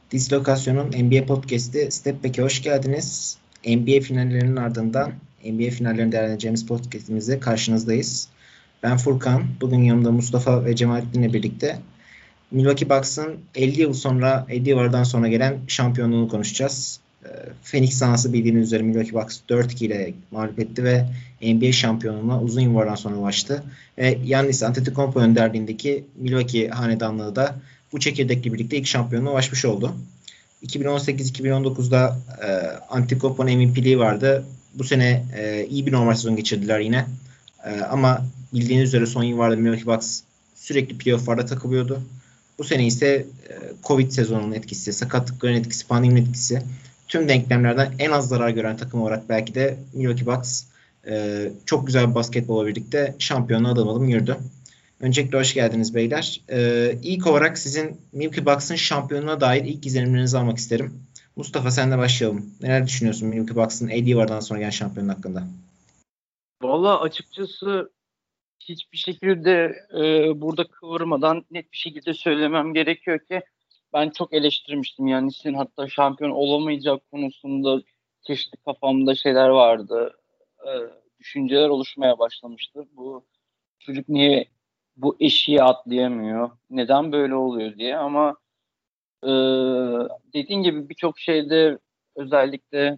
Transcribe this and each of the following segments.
Dislokasyon'un NBA Podcast'i Step Back'e hoş geldiniz. NBA finallerinin ardından NBA finallerini değerlendireceğimiz podcast'imizde karşınızdayız. Ben Furkan. Bugün yanımda Mustafa ve Cemalettin'le birlikte Milwaukee Bucks'ın 50 yıllardan sonra gelen şampiyonluğunu konuşacağız. Phoenix Suns'ı bildiğiniz üzere Milwaukee Bucks 4-2 ile mağlup etti ve NBA şampiyonluğuna uzun yıllardan sonra ulaştı. Ve Giannis Antetokounmpo önderliğindeki Milwaukee hanedanlığı da bu çekirdekle birlikte ilk şampiyonluğa ulaşmış oldu. 2018-2019'da Antetokounmpo'nun MVP'liği vardı. Bu sene iyi bir normal sezon geçirdiler yine. Ama bildiğiniz üzere son yıllarda Milwaukee Bucks sürekli playoff'larda takılıyordu. Bu sene ise Covid sezonunun etkisi, sakatlıkların etkisi, pandeminin etkisi, tüm denklemlerden en az zarar gören takım olarak belki de Milwaukee Bucks çok güzel bir basketbolla birlikte şampiyonluğa adım adım yürüdü. Öncelikle hoş geldiniz beyler. İlk olarak sizin Milwaukee Bucks'ın şampiyonluğuna dair ilk izlenimlerinizi almak isterim. Mustafa senle başlayalım. Neler düşünüyorsun Milwaukee Bucks'ın 50 yıllardan sonra gelen şampiyonluğu hakkında? Valla açıkçası hiçbir şekilde burada kıvırmadan net bir şekilde söylemem gerekiyor ki ben çok eleştirmiştim. Yani sizin hatta şampiyon olamayacak konusunda çeşitli kafamda şeyler vardı. E, Düşünceler oluşmaya başlamıştı. Bu çocuk niye bu eşiği atlayamıyor? Neden böyle oluyor diye ama e, dediğin gibi birçok şeyde özellikle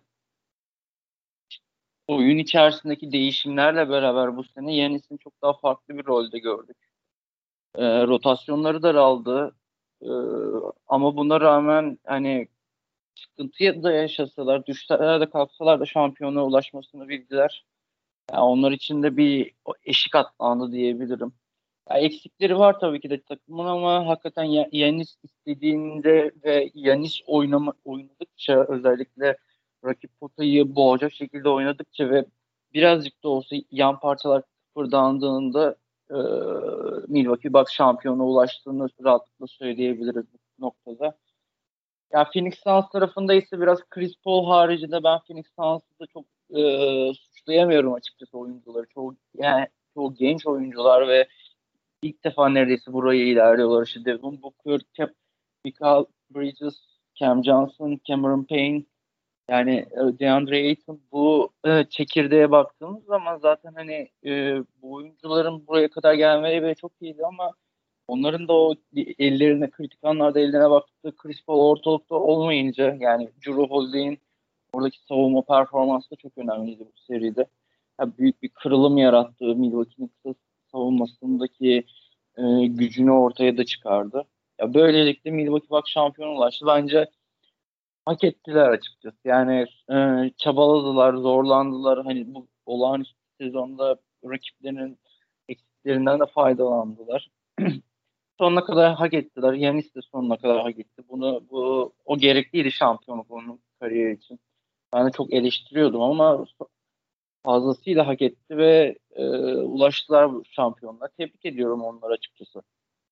oyun içerisindeki değişimlerle beraber bu sene Yanis'in çok daha farklı bir rolde gördük. Rotasyonları daraldı. E, Ama buna rağmen hani sıkıntıya da yaşasalar, düşseler de kalksalar da şampiyona ulaşmasını bildiler. Yani onlar için de bir eşik atlandı diyebilirim. Ya eksikleri var tabii ki de takımın ama hakikaten Yanis istediğinde ve Yanis oynadıkça özellikle rakip potayı boğacak şekilde oynadıkça ve birazcık da olsa yan parçalar kıpırdandığında e, Milwaukee Bucks şampiyona ulaştığını rahatlıkla söyleyebiliriz bu noktada. Ya Phoenix Suns tarafında ise biraz Chris Paul haricinde ben Phoenix Suns'ı da çok suçlayamıyorum açıkçası oyuncuları. Çoğu genç oyuncular ve ilk defa neredeyse buraya ilerliyorlar. İşte Devin Booker, Michael Bridges, Cam Johnson, Cameron Payne, yani DeAndre Ayton bu çekirdeğe baktığımız zaman zaten hani bu oyuncuların buraya kadar gelmeleri bile çok iyiydi ama onların da o ellerine kritik anlarda ellerine baktığı Chris Paul ortalıkta olmayınca yani Jrue Holiday'in oradaki savunma performansı da çok önemliydi bu seride. Ya büyük bir kırılım yarattığı Milwaukee'nin kısa savunmasındaki gücünü ortaya da çıkardı. Ya böylelikle Milwaukee Bucks şampiyon ulaştı. Bence hak ettiler açıkçası. Yani çabaladılar, zorlandılar. Hani bu olağanüstü sezonda rakiplerinin eksiklerinden de faydalandılar. Sonuna kadar hak ettiler. Yanis de sonuna kadar hak etti. O gerekliydi şampiyonluk onun kariyeri için. Ben de çok eleştiriyordum ama fazlasıyla hak etti ve ulaştılar bu şampiyonluğa. Tebrik ediyorum onları açıkçası.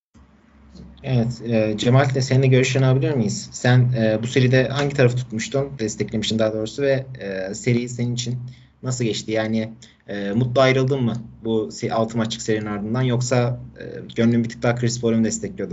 Evet, Cemalet'le seninle görüşlerini alabilir miyiz? Sen bu seride hangi tarafı tutmuştun, desteklemiştin daha doğrusu ve seri senin için nasıl geçti? Yani mutlu ayrıldın mı bu 6 maçlık serinin ardından yoksa gönlün bir tık daha Chris Paul'u mu destekliyordu?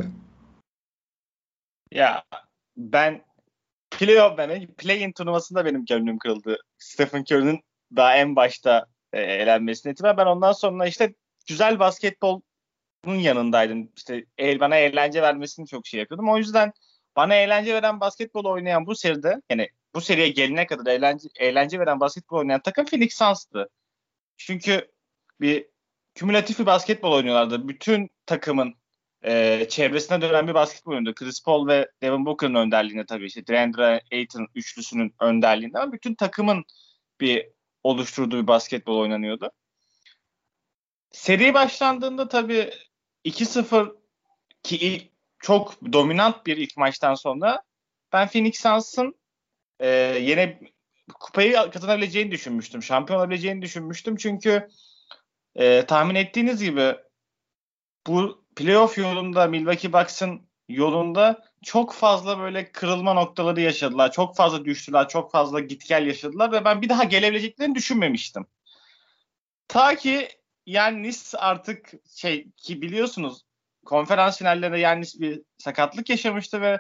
Ya ben play-in turnuvasında benim gönlüm kırıldı. Stephen Curry'nin daha en başta elenmesine itibaren ben ondan sonra işte güzel basketbolun yanındaydım. İşte bana eğlence vermesini çok şey yapıyordum. O yüzden bana eğlence veren basketbol oynayan bu seride yani bu seriye gelene kadar eğlence veren basketbol oynayan takım Phoenix Suns'tı. Çünkü bir kümülatif bir basketbol oynuyorlardı. Bütün takımın çevresine dönen bir basketbol oynuyordu. Chris Paul ve Devin Booker'ın önderliğinde tabii işte DeAndre Ayton üçlüsünün önderliğinde ama bütün takımın bir oluşturduğu bir basketbol oynanıyordu. Seri başlandığında tabii 2-0 ki çok dominant bir ilk maçtan sonra ben Phoenix Suns'ın yine kupayı kazanabileceğini düşünmüştüm. Şampiyon olabileceğini düşünmüştüm. Çünkü tahmin ettiğiniz gibi bu playoff yolunda Milwaukee Bucks'ın yolunda çok fazla böyle kırılma noktaları yaşadılar. Çok fazla düştüler. Çok fazla git gel yaşadılar ve ben bir daha gelebileceklerini düşünmemiştim. Ta ki Giannis artık ki biliyorsunuz konferans finallerinde Giannis bir sakatlık yaşamıştı ve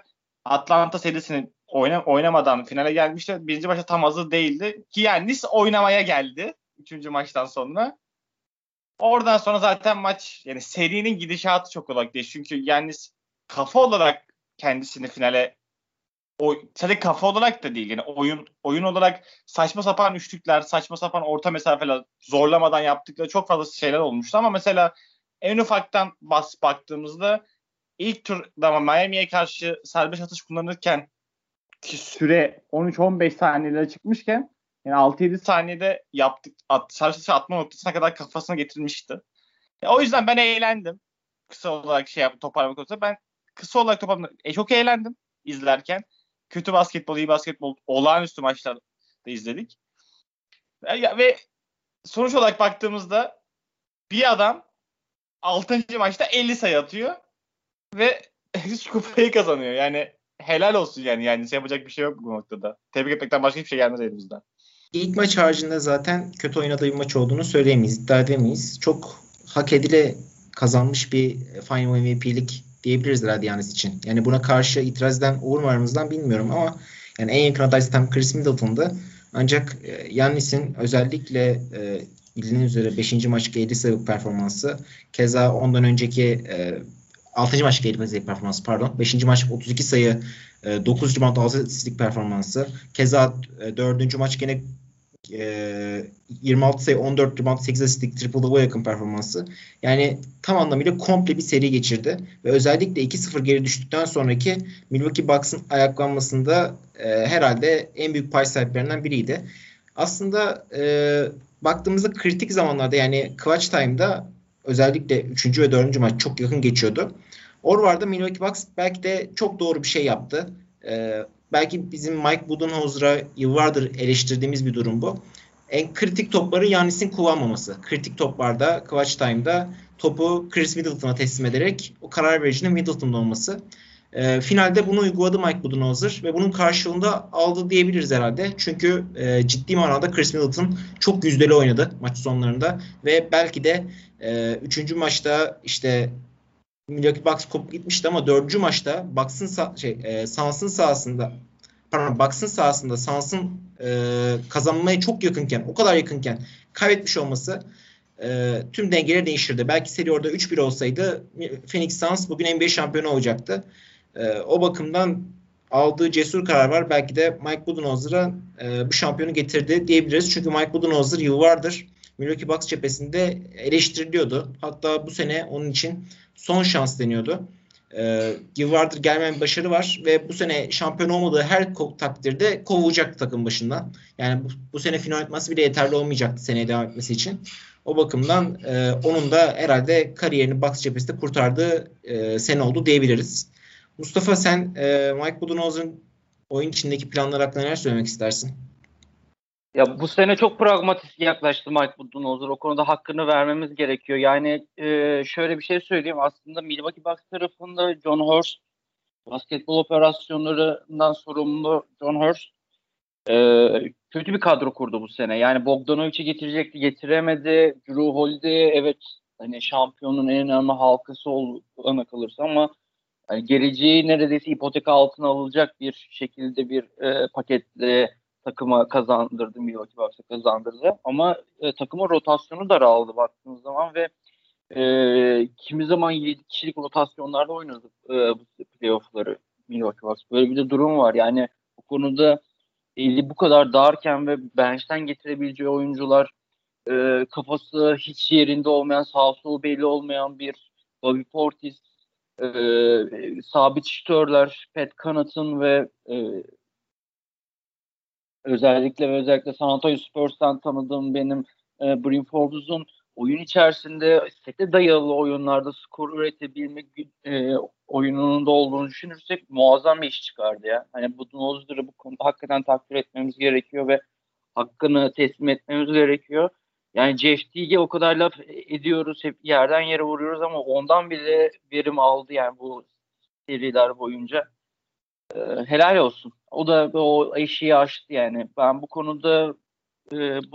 Atlanta serisini oynamadan finale gelmişti. Birinci maçta tam hazır değildi. Ki Giannis oynamaya geldi. Üçüncü maçtan sonra. Oradan sonra zaten maç yani serinin gidişatı çok olarak değil. Çünkü Giannis kafa olarak kendisini finale sadece kafa olarak da değil. Yani oyun olarak saçma sapan üçlükler, saçma sapan orta mesafeler zorlamadan yaptıkları çok fazla şeyler olmuştu. Ama mesela en ufaktan baktığımızda ilk turda Miami'ye karşı serbest atış kullanırken ki süre 13-15 saniyede çıkmışken yani 6-7 saniyede serbest atış atma noktasına kadar kafasına getirmişti. O yüzden ben eğlendim. Kısa olarak toparlamak olursa ben kısa olarak toparlamak çok eğlendim izlerken. Kötü basketbol, iyi basketbol, olağanüstü maçlar da izledik. Ve sonuç olarak baktığımızda bir adam 6. maçta 50 sayı atıyor ve şu kupayı kazanıyor. Yani helal olsun yani yapacak bir şey yok bu noktada. Tebrik etmekten başka hiçbir şey gelmez elimizden. İlk maç haricinde zaten kötü oynadığı bir maç olduğunu söyleyemeyiz, iddia edemeyiz. Çok hak edile kazanmış bir Final MVP'lik diyebiliriz herhalde Giannis için. Yani buna karşı itiraz eden olur mu aramızdan bilmiyorum ama yani en yakın aday zaten Chris Middleton'dı. Ancak Giannis'in özellikle bildiğiniz üzere 5. maçtaki 50 sayılık performansı, keza ondan önceki 6. maçtaki 50 sayılık performansı pardon. 5. maç 32 sayı, 9 rebound 6 asistlik performansı. Keza 4. maç gene 26 sayı 14 rebound 8 asistlik triple double'a yakın performansı. Yani tam anlamıyla komple bir seri geçirdi. Ve özellikle 2-0 geri düştükten sonraki Milwaukee Bucks'ın ayaklanmasında herhalde en büyük pay sahiplerinden biriydi. Aslında baktığımızda kritik zamanlarda yani clutch time'da özellikle 3. ve 4. maç çok yakın geçiyordu. Orvar'da Milwaukee Bucks belki de çok doğru bir şey yaptı. Belki bizim Mike Budenholzer'a yıllardır eleştirdiğimiz bir durum bu. En kritik topları Giannis'in kullanmaması. Kritik toplarda, clutch time'da topu Chris Middleton'a teslim ederek o karar vericinin Middleton'da olması. Finalde bunu uyguladı Mike Budenholzer ve bunun karşılığında aldı diyebiliriz herhalde. Çünkü ciddi manada Chris Middleton çok yüzdeli oynadı maç sonlarında ve belki de 3. maçta işte Milwaukee Bucks kopup gitmişti ama 4. maçta Suns'ın sahasında Bucks'ın sahasında Suns'ın kazanmaya çok yakınken, o kadar yakınken kaybetmiş olması tüm dengeleri değiştirdi. Belki seri orada 3-1 olsaydı Phoenix Suns bugün NBA şampiyonu olacaktı. O bakımdan aldığı cesur karar var. Belki de Mike Budenholzer'a bu şampiyonu getirdi diyebiliriz. Çünkü Mike Budenholzer yıllardır Milwaukee Bucks cephesinde eleştiriliyordu. Hatta bu sene onun için son şans deniyordu. Yıllardır gelmeyen bir başarı var ve bu sene şampiyon olmadığı her takdirde kovulacaktı takım başından. Yani bu sene final etmesi bile yeterli olmayacaktı seneye devam etmesi için. O bakımdan onun da herhalde kariyerini Bucks cephesinde kurtardığı sene oldu diyebiliriz. Mustafa sen Mike Budenholzer'ın oyun içindeki planları hakkında neler söylemek istersin? Ya bu sene çok pragmatik yaklaştı Mike Budenholzer. O konuda hakkını vermemiz gerekiyor. Yani şöyle bir şey söyleyeyim. Aslında Milwaukee Bucks tarafında John Hurst, basketbol operasyonlarından sorumlu John Hurst kötü bir kadro kurdu bu sene. Yani Bogdanovic'i getirecekti, getiremedi. Drew Holiday evet hani şampiyonun en önemli halkası olana kalırsa ama yani geleceği neredeyse ipotek altına alınacak bir şekilde bir paketle takıma kazandırdı, Milwaukee Bucks'a kazandırdı. Ama takımın rotasyonu daraldı baktığınız zaman ve kimi zaman 7 kişilik rotasyonlarda oynadı bu playoff'ları Milwaukee Bucks. Böyle bir de durum var. Yani bu konuda eli bu kadar darken ve bench'ten getirebileceği oyuncular kafası hiç yerinde olmayan, sağ solu belli olmayan bir Bobby Portis, sabit şütörler, Pat Connaughton ve özellikle San Antonio Spurs'tan tanıdığım benim Bryn Forbes'un oyun içerisinde sete dayalı oyunlarda skor üretebilmek oyununun da olduğunu düşünürsek muazzam bir iş çıkardı ya. Hani Budenholzer'ı bu konuda hakikaten takdir etmemiz gerekiyor ve hakkını teslim etmemiz gerekiyor. Yani Jeff Teague'e o kadar laf ediyoruz, hep yerden yere vuruyoruz ama ondan bile verim aldı yani bu seriler boyunca. Helal olsun. O da o eşiği aştı yani. Ben bu konuda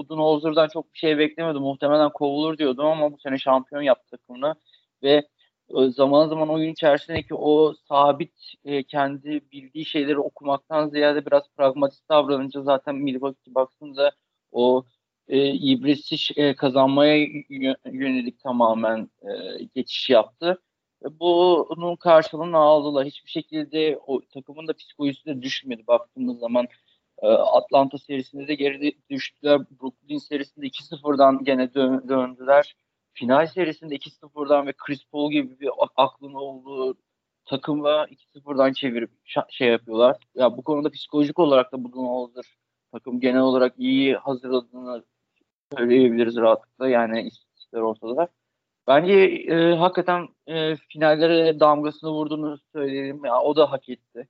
Budenholzer'dan çok bir şey beklemedim. Muhtemelen kovulur diyordum ama bu sene şampiyon yaptı takımını ve zaman zaman oyun içerisindeki o sabit kendi bildiği şeyleri okumaktan ziyade biraz pragmatist davranınca zaten Milwaukee Bucks'ın da o ibresi kazanmaya yönelik tamamen geçiş yaptı. Bunun karşılığını aldılar. Hiçbir şekilde o takımın da psikolojisi de düşmedi baktığımız zaman. Atlanta serisinde de geri düştüler. Brooklyn serisinde 2-0'dan gene döndüler. Final serisinde 2-0'dan ve Chris Paul gibi bir aklın olduğu takımla 2-0'dan çevirip şey yapıyorlar. Ya bu konuda psikolojik olarak da Budenholzer takım genel olarak iyi hazırladığını söyleyebiliriz rahatlıkla. Yani istatistikler ortada. Bence hakikaten finallere damgasını vurduğunu söyleyelim. Ya, o da hak etti.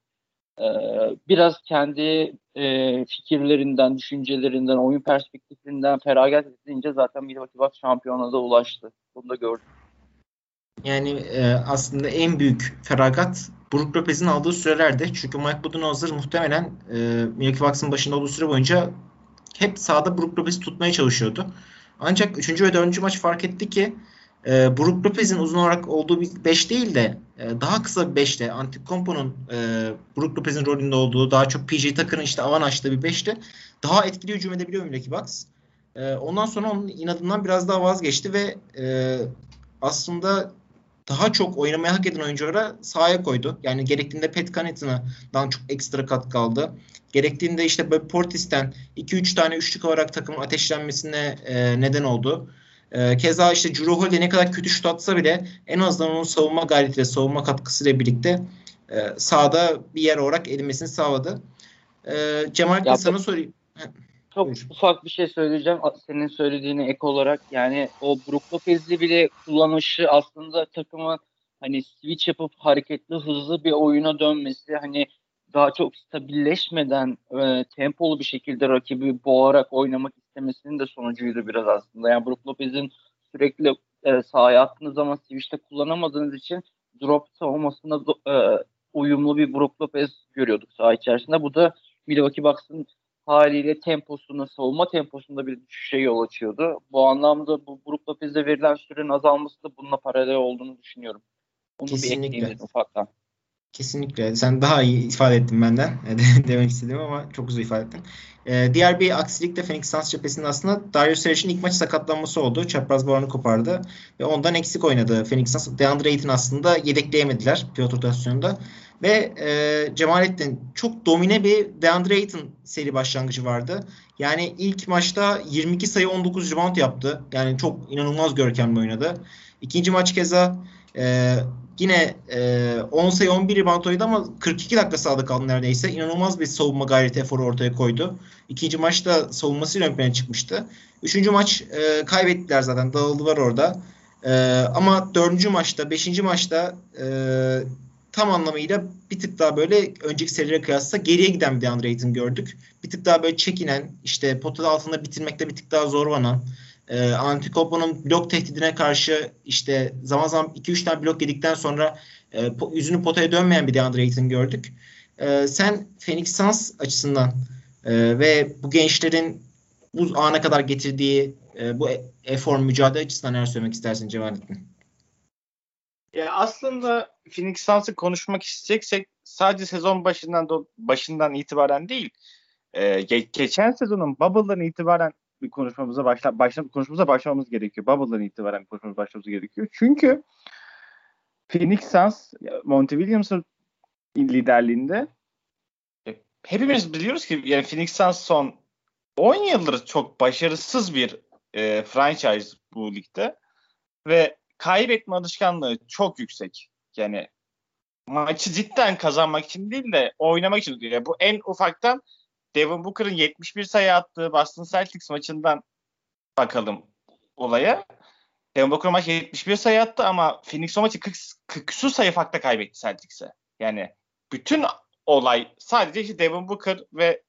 Biraz kendi fikirlerinden, düşüncelerinden, oyun perspektifinden feragat edince zaten Milwaukee Bucks şampiyona da ulaştı. Bunu da gördük. Yani aslında en büyük feragat Brook Lopez'in aldığı sürelerde. Çünkü Mike Budenholzer muhtemelen Milwaukee Bucks'ın başında olduğu süre boyunca hep sahada Brook Lopez'i tutmaya çalışıyordu. Ancak 3. ve 4. maç fark etti ki Brook Lopez'in uzun olarak olduğu bir 5 değil de daha kısa bir 5'te Antetokounmpo'nun Brook Lopez'in rolünde olduğu daha çok PJ Tucker'ın işte avan açtığı bir 5'te daha etkili hücum edebiliyor Milwaukee Bucks. Ondan sonra onun inadından biraz daha vazgeçti ve aslında daha çok oynamaya hak eden oyunculara sahaya koydu. Yani gerektiğinde Pat Connaughton'dan çok ekstra katkı aldı. Gerektiğinde işte Bobby Portis'ten 2-3 tane üçlük olarak takımın ateşlenmesine neden oldu. Keza işte Jrue Holiday ne kadar kötü şut atsa bile en azından onun savunma gayretiyle, savunma katkısıyla birlikte sahada bir yer olarak edinmesini sağladı. Cemal sana sorayım. Çok Buyur. ufak bir şey söyleyeceğim. Senin söylediğine ek olarak yani o Brook Lopez'i bile kullanışı aslında takımın hani switch yapıp hareketli hızlı bir oyuna dönmesi hani daha çok stabilleşmeden tempolu bir şekilde rakibi boğarak oynamak istemesinin de sonucuydu biraz aslında. Yani Brook Lopez'in sürekli sahaya attığınız zaman switch'te kullanamadığınız için drop savunmasında uyumlu bir Brook Lopez görüyorduk saha içerisinde. Bu da Milwaukee Bucks'ın haliyle temposunu, savunma temposunda bir düşüşe yol açıyordu. Bu anlamda bu Brook Lopez'e verilen sürenin azalması da bununla paralel olduğunu düşünüyorum. Onu bir ekleyeyim dedim ufaktan. Kesinlikle. Sen daha iyi ifade ettin benden. Demek istedim ama çok güzel ifade ettin. Diğer bir aksilik de Phoenix Suns cephesinde aslında Dario Saric'in ilk maç sakatlanması oldu. Çapraz bağını kopardı. Ve ondan eksik oynadı Phoenix Suns. DeAndre Ayton aslında yedekleyemediler pivot rotasyonunda. Ve Cemalettin çok domine bir DeAndre Ayton seri başlangıcı vardı. Yani ilk maçta 22 sayı 19 rebound yaptı. Yani çok inanılmaz görkemli oynadı. İkinci maç keza yine 10 sayı 11 rebound oynadı ama 42 dakika sahada kaldı neredeyse. İnanılmaz bir savunma gayreti eforu ortaya koydu. İkinci maçta savunmasıyla ön plana çıkmıştı. Üçüncü maç kaybettiler zaten. Dağıldılar orada. Ama dördüncü maçta, beşinci maçta tam anlamıyla bir tık daha böyle önceki serilere kıyasla geriye giden bir DeAndre Ayton gördük. Bir tık daha böyle çekinen, işte potada altında bitirmekte bir tık daha zorlanan, Antetokounmpo'nun blok tehdidine karşı işte zaman zaman 2-3 tane blok yedikten sonra yüzünü potaya dönmeyen bir DeAndre Ayton gördük. Sen Phoenix Suns açısından ve bu gençlerin bu ana kadar getirdiği bu efor mücadele açısından neler söylemek istersin Cemalettin? Ya aslında Phoenix Suns'ı konuşmak isteyeceksek sadece sezon başından itibaren değil, geçen sezonun Bubble'dan itibaren bir konuşmamıza başlamamız gerekiyor. Bubble'dan itibaren konuşmamıza başlamamız gerekiyor. Çünkü Phoenix Suns Monty Williams'ın liderliğinde hepimiz biliyoruz ki yani Phoenix Suns son 10 yıldır çok başarısız bir franchise bu ligde ve kaybetme alışkanlığı çok yüksek. Yani maçı cidden kazanmak için değil de oynamak için diyor. Yani bu en ufaktan Devin Booker'ın 71 sayı attığı Boston Celtics maçından bakalım olaya. Devin Booker maç 71 sayı attı ama Phoenix o maçı 40 küsur sayı farkla kaybetti Celtics'e. Yani bütün olay sadece işte Devin Booker ve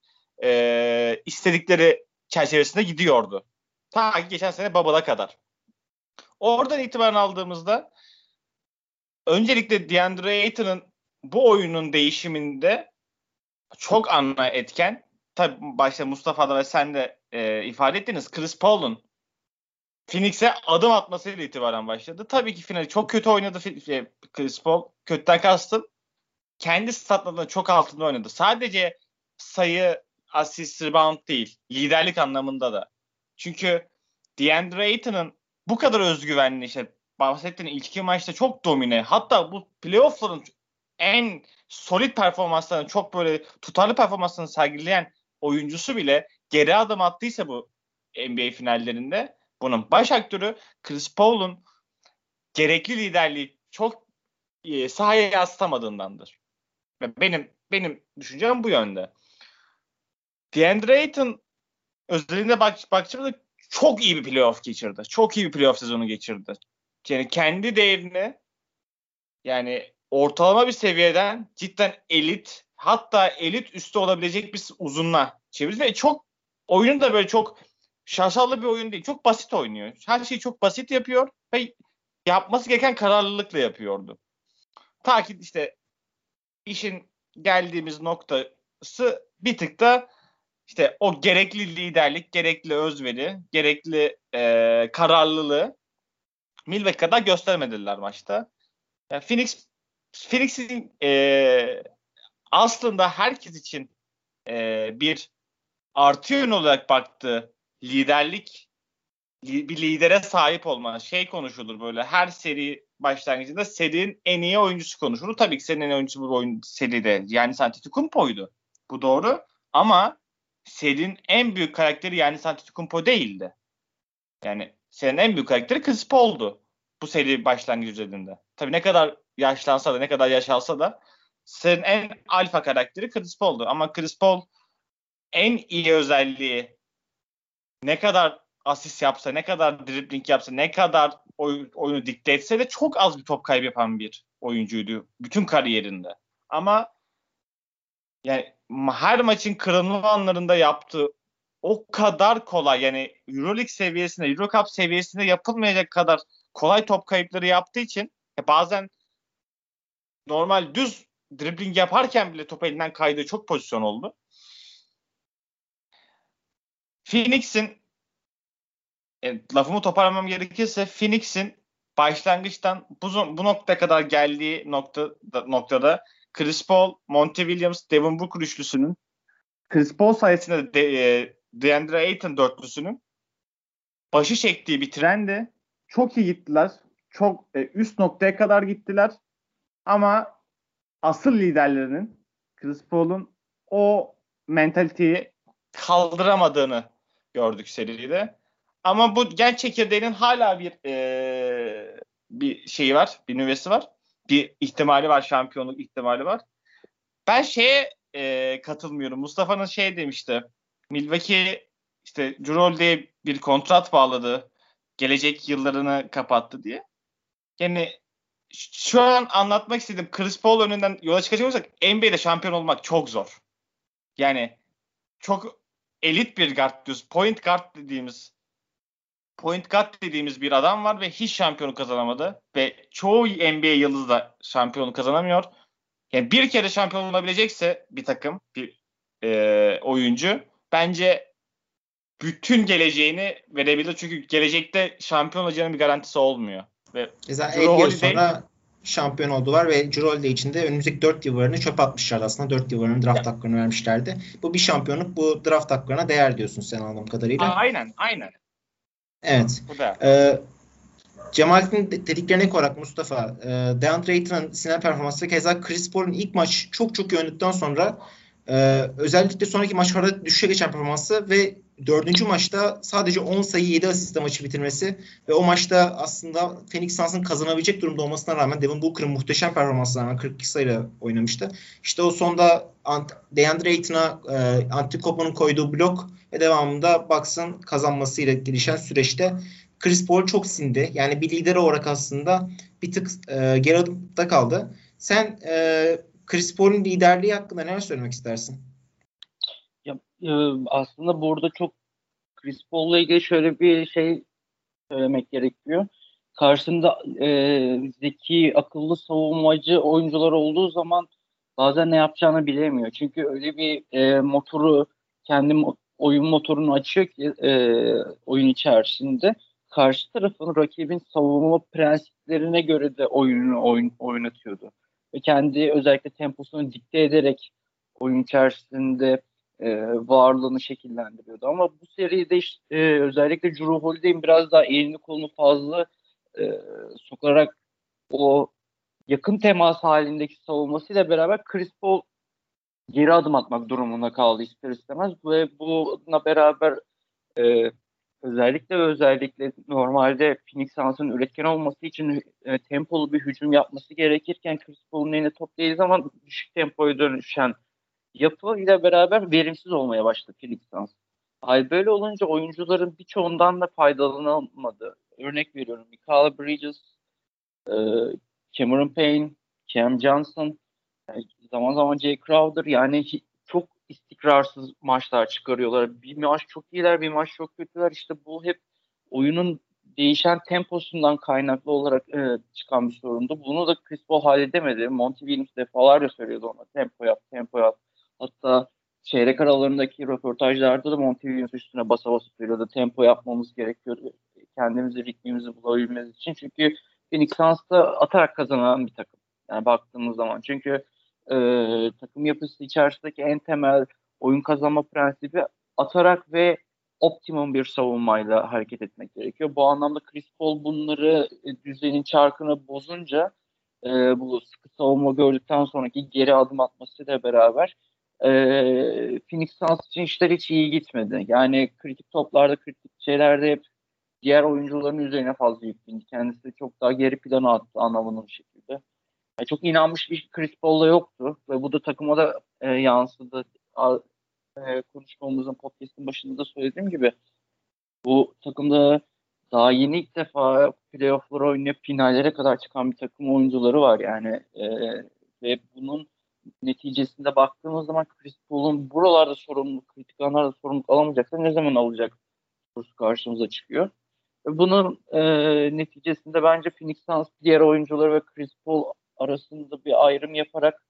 istedikleri çerçevesinde gidiyordu. Ta ki geçen sene Bubble'a kadar. Oradan itibaren aldığımızda öncelikle DeAndre Ayton'un bu oyunun değişiminde çok ana etken, tabii başta Mustafa'da ve sen de ifade ettiniz, Chris Paul'un Phoenix'e adım atmasıyla itibaren başladı. Tabii ki finali çok kötü oynadı Chris Paul. Kötüden kastım, kendi statlarının çok altında oynadı. Sadece sayı, asist, rebound değil. Liderlik anlamında da. Çünkü DeAndre Ayton'un bu kadar özgüvenli, işte bahsettiğin ilk iki maçta çok domine. Hatta bu playoff'ların en solid performanslarını, çok böyle tutarlı performanslarını sergileyen oyuncusu bile geri adım attıysa bu NBA finallerinde, bunun baş aktörü Chris Paul'un gerekli liderliği çok sahaya yansıtamadığındandır. Benim düşüncem bu yönde. DeAndre Ayton özelinde bakacağımızda çok iyi bir playoff geçirdi. Çok iyi bir playoff sezonu geçirdi. Yani kendi değerini, yani ortalama bir seviyeden cidden elit, hatta elit üstü olabilecek bir uzunla çevirdi ve çok, oyunu da böyle çok şaşalı bir oyun değil. Çok basit oynuyor. Her şeyi çok basit yapıyor ve yapması gereken kararlılıkla yapıyordu. Ta ki işte işin geldiğimiz noktası bir tık da işte o gerekli liderlik, gerekli özveri, gerekli kararlılığı Milwaukee kadar göstermediler maçta. Yani Phoenix'in aslında herkes için bir artı yön olarak baktığı liderlik, bir lidere sahip olma şey konuşulur böyle. Her seri başlangıcında serinin en iyi oyuncusu konuşulur. Tabii ki serinin en iyi oyuncusu bu oyun seride Giannis Antetokounmpo'ydu. Bu doğru. Ama serinin en büyük karakteri Giannis Antetokounmpo değildi. Yani serinin en büyük karakteri Chris Paul'du bu seri başlangıcı üzerinde. Tabii ne kadar yaşlansa da, ne kadar yaş alsa da serinin en alfa karakteri Chris Paul'du. Ama Chris Paul en iyi özelliği, ne kadar asist yapsa, ne kadar dribbling yapsa, ne kadar oyunu dikte etse de çok az bir top kaybı yapan bir oyuncuydu bütün kariyerinde. Ama yani her maçın kırılma anlarında yaptığı o kadar kolay, yani EuroLeague seviyesinde, EuroCup seviyesinde yapılmayacak kadar kolay top kayıpları yaptığı için bazen normal düz dribbling yaparken bile top elinden kaydığı çok pozisyon oldu. Phoenix'in lafımı toparlamam gerekirse, Phoenix'in başlangıçtan bu noktaya kadar geldiği noktada Chris Paul, Monty Williams, Devin Booker üçlüsünün, Chris Paul sayesinde DeAndre Ayton dörtlüsünün başı çektiği bir trendi. Çok iyi gittiler. Çok üst noktaya kadar gittiler. Ama asıl liderlerinin, Chris Paul'un o mentaliteyi kaldıramadığını gördük seride. Ama bu genç çekirdeğinin hala bir şeyi var, bir nüvesi var. Bir ihtimali var, şampiyonluk ihtimali var. Ben katılmıyorum. Mustafa'nın demişti. Milwaukee işte Jrue Holiday'e bir kontrat bağladı. Gelecek yıllarını kapattı diye. Yani şu an anlatmak istediğim, Chris Paul önünden yola çıkacak olursak NBA'de şampiyon olmak çok zor. Yani çok elit bir guard diyoruz. Point guard dediğimiz bir adam var ve hiç şampiyonu kazanamadı. Ve çoğu NBA yıldızı da şampiyonu kazanamıyor. Yani bir kere şampiyon olabilecekse bir takım, bir oyuncu, bence bütün geleceğini verebilir. Çünkü gelecekte şampiyon olacağının bir garantisi olmuyor. Ve Zaten 50 yıl sonra şampiyon oldular ve Jrue Holiday için de önümüzdeki 4 yıllarını çöpe atmışlardı aslında. 4 yıllarının draft haklarını vermişlerdi. Bu bir şampiyonluk, bu draft haklarına değer diyorsun sen anladığım kadarıyla. Aynen. Evet. Cemal'in dediklerine ek olarak Mustafa, DeAndre Ayton'un sinir performansı, keza Chris Paul'un ilk maç çok iyi oynadıktan sonra özellikle sonraki maçlarda düşüşe geçen performansı ve 4. maçta sadece 10 sayı 7 asistle maçı bitirmesi ve o maçta aslında Phoenix Suns'ın kazanabilecek durumda olmasına rağmen Devin Booker'ın muhteşem performansına rağmen 42 sayıyla oynamıştı. İşte o sonda DeAndre Ayton'a Antetokounmpo'nun koyduğu blok ve devamında Bucks'ın kazanmasıyla gelişen süreçte Chris Paul çok sindi. Yani bir lider olarak aslında bir tık geri adımda kaldı. Sen Chris Paul'un liderliği hakkında neler söylemek istersin? Ya, aslında burada çok Chris Paul'la ilgili şöyle bir şey söylemek gerekiyor. Karşısında zeki, akıllı savunmacı oyuncular olduğu zaman bazen ne yapacağını bilemiyor. Çünkü öyle bir motoru, kendi oyun motorunu açıyor ki oyun içerisinde. karşı tarafın, rakibin savunma prensiplerine göre de oyununu oynatıyordu. Ve kendi özellikle temposunu dikte ederek oyun içerisinde varlığını şekillendiriyordu. Ama bu seride özellikle Jrue Holiday'in biraz daha elini kolunu fazla sokarak o yakın temas halindeki savunmasıyla beraber Chris Paul geri adım atmak durumunda kaldı ister istemez ve bununla beraber özellikle normalde Phoenix Suns'ın üretken olması için tempolu bir hücum yapması gerekirken Chris Paul'un eline top değdiği zaman düşük tempoya dönüşen yapı ile beraber verimsiz olmaya başladı Phoenix Suns. Hal böyle olunca oyuncuların birçoğundan da faydalanamadı. Örnek veriyorum, Mikal Bridges, Cameron Payne, Cam Johnson, zaman zaman Jay Crowder, yani çok istikrarsız maçlar çıkarıyorlar. Bir maç çok iyiler, bir maç çok kötüler. İşte bu hep oyunun değişen temposundan kaynaklı olarak çıkan bir sorundu. Bunu da Chris Paul halledemedi. Monty Williams defalarca söylüyordu ona. Tempo yap. Hatta çeyrek aralarındaki röportajlarda da Monty Williams üstüne basa basa söylüyordu. Tempo yapmamız gerekiyor. Kendimizi, ritmimizi bulabilmemiz için. Çünkü Phoenix Suns'ta atarak kazanan bir takım. Yani baktığımız zaman. Çünkü takım yapısı içerisindeki en temel oyun kazanma prensibi atarak ve optimum bir savunmayla hareket etmek gerekiyor. Bu anlamda Chris Paul bunları düzenin çarkını bozunca bu sıkı savunma gördükten sonraki geri adım atmasıyla beraber Phoenix Suns için işler hiç iyi gitmedi. Yani kritik toplarda, kritik şeylerde hep diğer oyuncuların üzerine fazla yükleniyor. Kendisi çok daha geri plana attı anlamında bir şekilde. Yani çok inanmış bir Chris Paul'da yoktu ve bu da takıma da yansıdı. Konuşmamızın, podcast'ın başında da söylediğim gibi bu takımda daha yeni ilk defa playoff'ları oynayıp finallere kadar çıkan bir takım oyuncuları var yani ve bunun neticesinde baktığımız zaman Chris Paul'un buralarda sorumluluk, kritik anlarda sorumluluk alamayacaksa ne zaman alacak sorusu karşımıza çıkıyor. Ve bunun neticesinde bence Phoenix Suns diğer oyuncuları ve Chris Paul arasında bir ayrım yaparak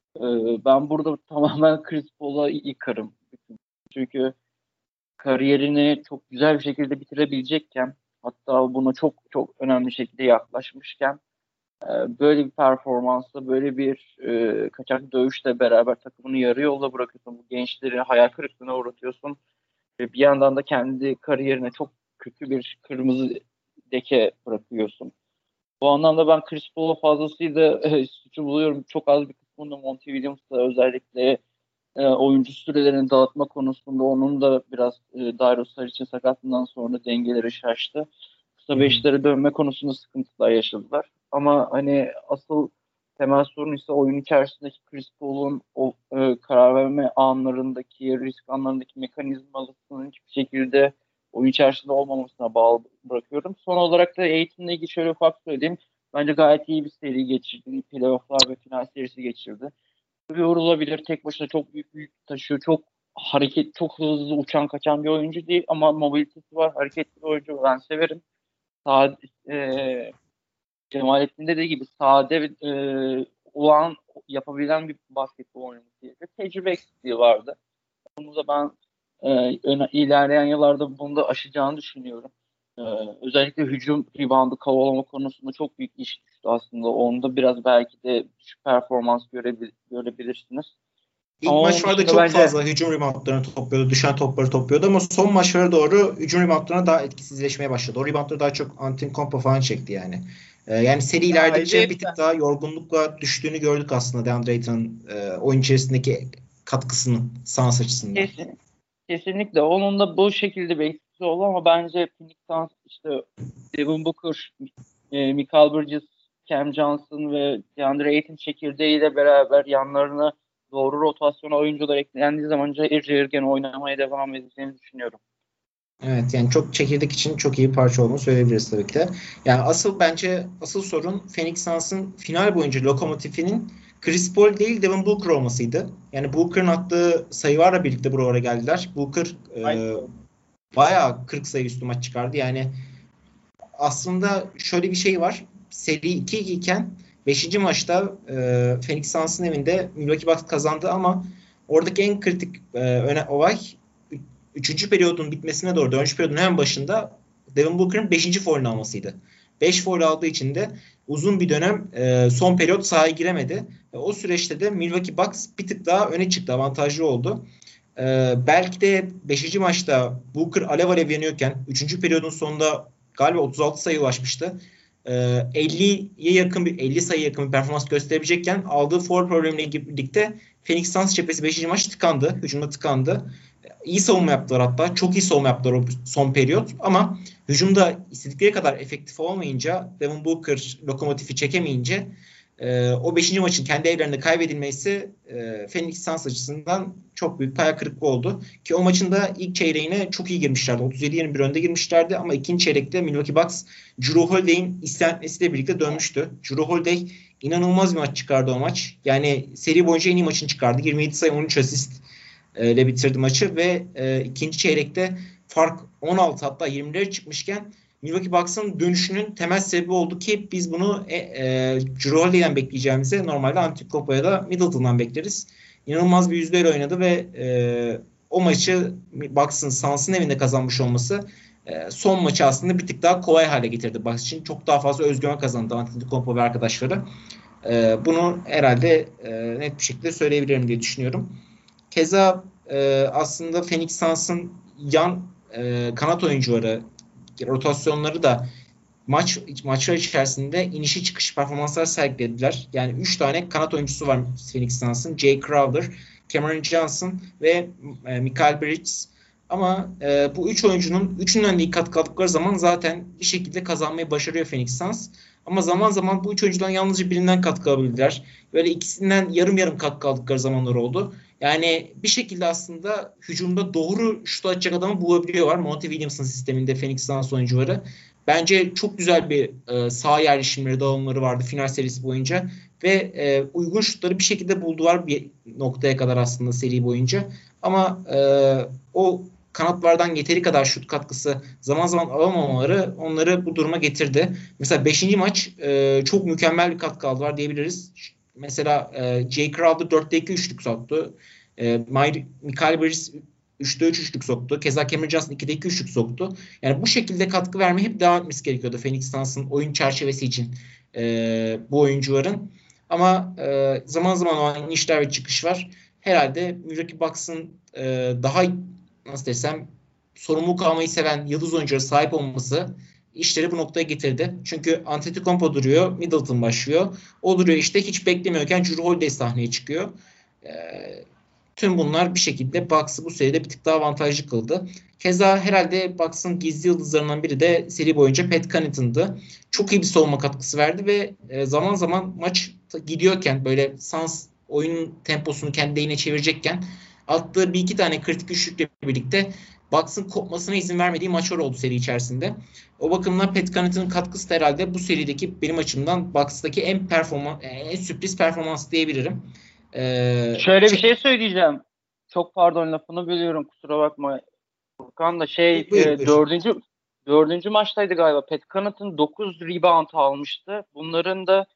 ben burada tamamen Chris Paul'a yıkarım. Çünkü kariyerini çok güzel bir şekilde bitirebilecekken, hatta buna çok çok önemli şekilde yaklaşmışken böyle bir performansla, böyle bir kaçak dövüşle beraber takımını yarı yolda bırakıyorsun. Bu gençleri hayal kırıklığına uğratıyorsun. Ve bir yandan da kendi kariyerine çok kötü bir kırmızı leke bırakıyorsun. Bu anlamda ben Chris Paul'a fazlasıyla suçu buluyorum. Çok az bir kısmında Monty Williams'la özellikle oyuncu sürelerini dağıtma konusunda onun da biraz Dario Saric'in sakatlığından sonra dengeleri şaştı. Kısa beşlere dönme konusunda sıkıntılar yaşadılar. Ama hani asıl temel sorun ise oyun içerisindeki Chris Paul'un o karar verme anlarındaki, risk anlarındaki mekanizmasının hiçbir şekilde oyun içerisinde olmamasına bağlı bırakıyorum. Son olarak da Aiton'la ilgili şöyle ufak söyleyeyim. Bence gayet iyi bir seri geçirdi. Playoff'lar ve final serisi geçirdi. Yorulabilir. Tek başına çok büyük taşıyor. Çok çok hızlı uçan kaçan bir oyuncu değil ama mobilitesi var. Hareketli bir oyuncu. Ben severim. Cemalettin dediği gibi sade olan yapabilen bir basketbol oyuncusu gerekiyor. Tecrübe eksikliği vardı. Bunu da ben ilerleyen yıllarda bunu da aşacağını düşünüyorum. Özellikle hücum reboundu kovalama konusunda çok büyük iş düştü aslında. Onda biraz belki de düşük performans görebilirsiniz. İlk maçlarda çok fazla hücum reboundlarını topluyordu, düşen topları topluyordu ama son maçlara doğru hücum reboundlarına daha etkisizleşmeye başladı. O reboundları daha çok Antetokounmpo falan çekti yani. Yani seri ilerledikçe bir tık daha yorgunlukla düştüğünü gördük aslında DeAndre Ayton'un oyun içerisindeki katkısının Suns açısından. Kesinlikle. Onun da bu şekilde bir etkisi oldu ama bence Phoenix Suns işte Devin Booker, Mikal Bridges, Cam Johnson ve DeAndre Ayton çekirdeğiyle beraber yanlarına doğru rotasyona oyuncular eklendiği zaman cayır gene oynamaya devam edeceğini düşünüyorum. Evet, yani çok çekirdek için çok iyi bir parça olduğunu söyleyebiliriz tabii ki de. Yani asıl sorun Phoenix Suns'ın final boyunca lokomotifinin Chris Paul değil Devin Booker olmasıydı. Yani Booker'ın attığı sayılarla birlikte buraya geldiler. Booker bayağı 40 sayı üstü maç çıkardı. Yani aslında şöyle bir şey var. Seri 2-2 iken 5. maçta Phoenix Suns'ın evinde Milwaukee Bucks kazandı ama oradaki en kritik olay 3. periyodun bitmesine doğru 4. periyodun hemen başında Devin Booker'ın 5. foul'ünü almasıydı. 5 foul aldığı için de uzun bir dönem son periyot sahaya giremedi. O süreçte de Milwaukee Bucks bir tık daha öne çıktı. Avantajlı oldu. Belki de 5. maçta Booker alev alev yanıyorken 3. periyodun sonunda galiba 36 sayı ulaşmıştı. 50 sayı yakın bir performans gösterebilecekken aldığı foul problemiyle birlikte Phoenix Suns cephesi 5. maç tıkandı. Hücumda tıkandı. İyi savunma yaptılar hatta. Çok iyi savunma yaptılar o son periyot. Ama hücumda istedikleri kadar efektif olmayınca, Devin Booker lokomotifi çekemeyince o 5. maçın kendi evlerinde kaybedilmesi Phoenix Suns açısından çok büyük hayal kırıklığı oldu. Ki o maçın da ilk çeyreğine çok iyi girmişlerdi. 37-21 önde girmişlerdi ama ikinci çeyrekte Milwaukee Bucks Jrue Holiday'in istenmesiyle birlikte dönmüştü. Jrue Holiday inanılmaz bir maç çıkardı o maç. Yani seri boyunca en iyi maçını çıkardı. 27 sayı 13 asist ile bitirdi maçı ve ikinci çeyrekte fark 16 hatta 20'lere çıkmışken Milwaukee Bucks'ın dönüşünün temel sebebi oldu ki biz bunu Jrue Holiday'den bekleyeceğimize normalde Antetokounmpo ya da Middleton'dan bekleriz. İnanılmaz bir yüzdeyle oynadı ve o maçı Bucks'ın Suns'ın evinde kazanmış olması son maçı aslında bir tık daha kolay hale getirdi Bucks için. Çok daha fazla özgüven kazandı Antetokounmpo ve arkadaşları. Bunu herhalde net bir şekilde söyleyebilirim diye düşünüyorum. Keza aslında Phoenix Suns'ın yan kanat oyuncuları, rotasyonları da maçlar içerisinde inişi çıkış performanslar sergilediler. Yani 3 tane kanat oyuncusu var Phoenix Suns'ın. Jay Crowder, Cameron Johnson ve Mikal Bridges. Ama bu 3 oyuncunun üçünden de iyi katkı aldıkları zaman zaten bir şekilde kazanmayı başarıyor Phoenix Suns. Ama zaman zaman bu 3 oyuncudan yalnızca birinden katkı alabildiler. Böyle ikisinden yarım yarım katkı aldıkları zamanlar oldu. Yani bir şekilde aslında hücumda doğru şut atacak adamı bulabiliyorlar. Monty Williams'ın sisteminde Phoenix Suns oyuncuları. Bence çok güzel bir saha yerleşimleri, dağılımları vardı final serisi boyunca. Ve uygun şutları bir şekilde buldular bir noktaya kadar aslında seri boyunca. Ama o kanatlardan yeteri kadar şut katkısı zaman zaman alamamaları onları bu duruma getirdi. Mesela 5. maç çok mükemmel bir katkı aldılar diyebiliriz. Mesela Jay Crowder 4'te 2 üçlük soktu. Mikal Bridges 3'te 3 üçlük soktu. Keza Cameron Johnson 2'de 2 üçlük soktu. Yani bu şekilde katkı vermeye hep devam etmesi gerekiyordu Phoenix Suns'ın oyun çerçevesi için bu oyuncuların. Ama zaman zaman o inişler ve çıkışlar herhalde Milwaukee Bucks'ın daha nasıl desem sorumluluk almayı seven yıldız oyunculara sahip olması işleri bu noktaya getirdi. Çünkü Antetokounmpo duruyor, Middleton başlıyor. O duruyor işte hiç beklemiyorken Jrue Holiday sahneye çıkıyor. Tüm bunlar bir şekilde Bucks'ı bu seride bir tık daha avantajlı kıldı. Keza herhalde Bucks'ın gizli yıldızlarından biri de seri boyunca Pat Connaughton'dı. Çok iyi bir savunma katkısı verdi ve zaman zaman maç gidiyorken böyle Suns oyunun temposunu kendi lehine çevirecekken attığı bir iki tane kritik üçlükle birlikte Bucks'ın kopmasına izin vermediği maçlar oldu seri içerisinde. O bakımdan Pat Connaughton'un katkısı da herhalde bu serideki benim açımdan Bucks'taki en sürpriz performans diyebilirim. Şöyle bir şey söyleyeceğim. Çok pardon lafını bölüyorum kusura bakma. Furkan da buyur. dördüncü maçtaydı galiba. Pat Connaughton 9 rebound almıştı. Bunların da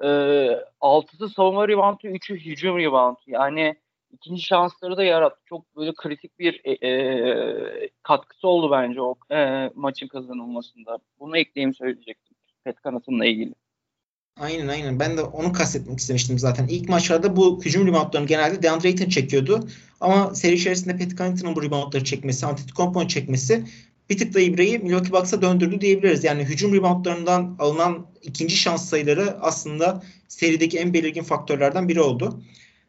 6'sı savunma reboundu, 3'ü hücum reboundu. Yani ikinci şansları da yarattı. Çok böyle kritik bir katkısı oldu bence o maçın kazanılmasında. Bunu ekleyeyim söyleyecektim. Pat Connaughton'la ilgili. Aynen. Ben de onu kastetmek istemiştim zaten. İlk maçlarda bu hücum reboundlarını genelde DeAndre Ayton çekiyordu. Ama seri içerisinde Pat Connaughton'un bu reboundları çekmesi, Antetokounmpo'nun çekmesi bir tık da ibreyi Milwaukee Bucks'a döndürdü diyebiliriz. Yani hücum reboundlarından alınan ikinci şans sayıları aslında serideki en belirgin faktörlerden biri oldu.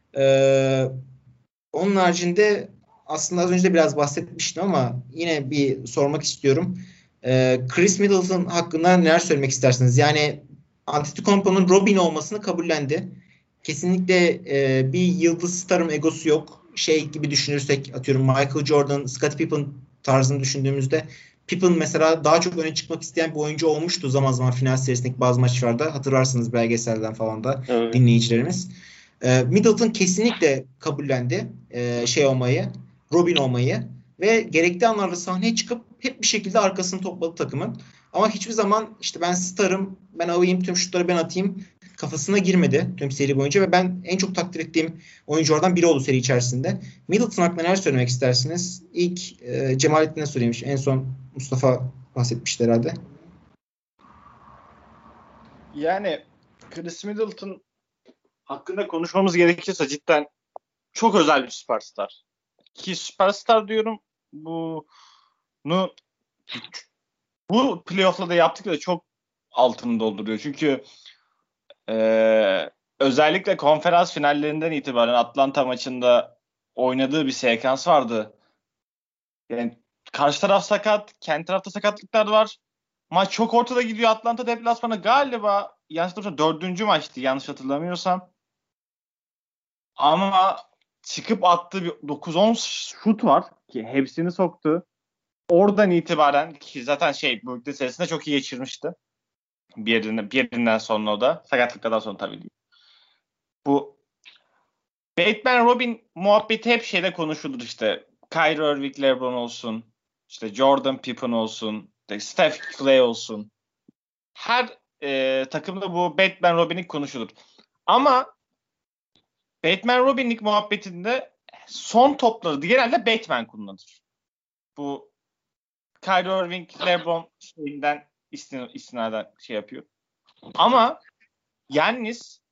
Onun haricinde aslında az önce de biraz bahsetmiştim ama yine bir sormak istiyorum. Chris Middleton hakkında neler söylemek istersiniz? Yani Antetokounmpo'nun Robin olmasını kabullendi. Kesinlikle bir yıldız starım egosu yok. Şey gibi düşünürsek atıyorum Michael Jordan, Scottie Pippen tarzını düşündüğümüzde Pippen mesela daha çok öne çıkmak isteyen bir oyuncu olmuştu zaman zaman final serisindeki bazı maçlarda. Hatırlarsınız belgeselden falan da evet. Dinleyicilerimiz. Middleton kesinlikle kabullendi Robin olmayı ve gerekli anlarda sahneye çıkıp hep bir şekilde arkasını topladı takımın. Ama hiçbir zaman işte ben starım, ben alayım, tüm şutları ben atayım kafasına girmedi tüm seri boyunca ve ben en çok takdir ettiğim oyunculardan biri oldu seri içerisinde. Middleton hakkında neler söylemek istersiniz? İlk Cemalettin'e sorayım. En son Mustafa bahsetmişti herhalde. Yani Chris Middleton hakkında konuşmamız gerekirse cidden çok özel bir süperstar. Ki süperstar diyorum, bunu bu playoff'la da yaptıkları çok altını dolduruyor. Çünkü özellikle konferans finallerinden itibaren Atlanta maçında oynadığı bir sekans vardı. Yani karşı taraf sakat, kendi tarafta sakatlıklar var. Maç çok ortada gidiyor. Atlanta deplasmanı galiba yanlış hatırlamıyorsam 4. maçtı yanlış hatırlamıyorsam. Ama çıkıp attığı bir 9-10 şut var ki hepsini soktu. Oradan itibaren ki zaten Brooklyn serisinde çok iyi geçirmişti. Bir yerinden sonra o da. Sakatlıklardan sonra tabii değil. Bu Batman Robin muhabbeti hep konuşulur işte. Kyrie Irving, LeBron olsun. İşte Jordan Pippen olsun. Steph Clay olsun. Her takımda bu Batman Robin'lik konuşulur. Ama Batman Robin'lik muhabbetinde son topları genelde Batman kullanır. Bu Kyrie Irving, LeBron istinaden yapıyor. Ama Giannis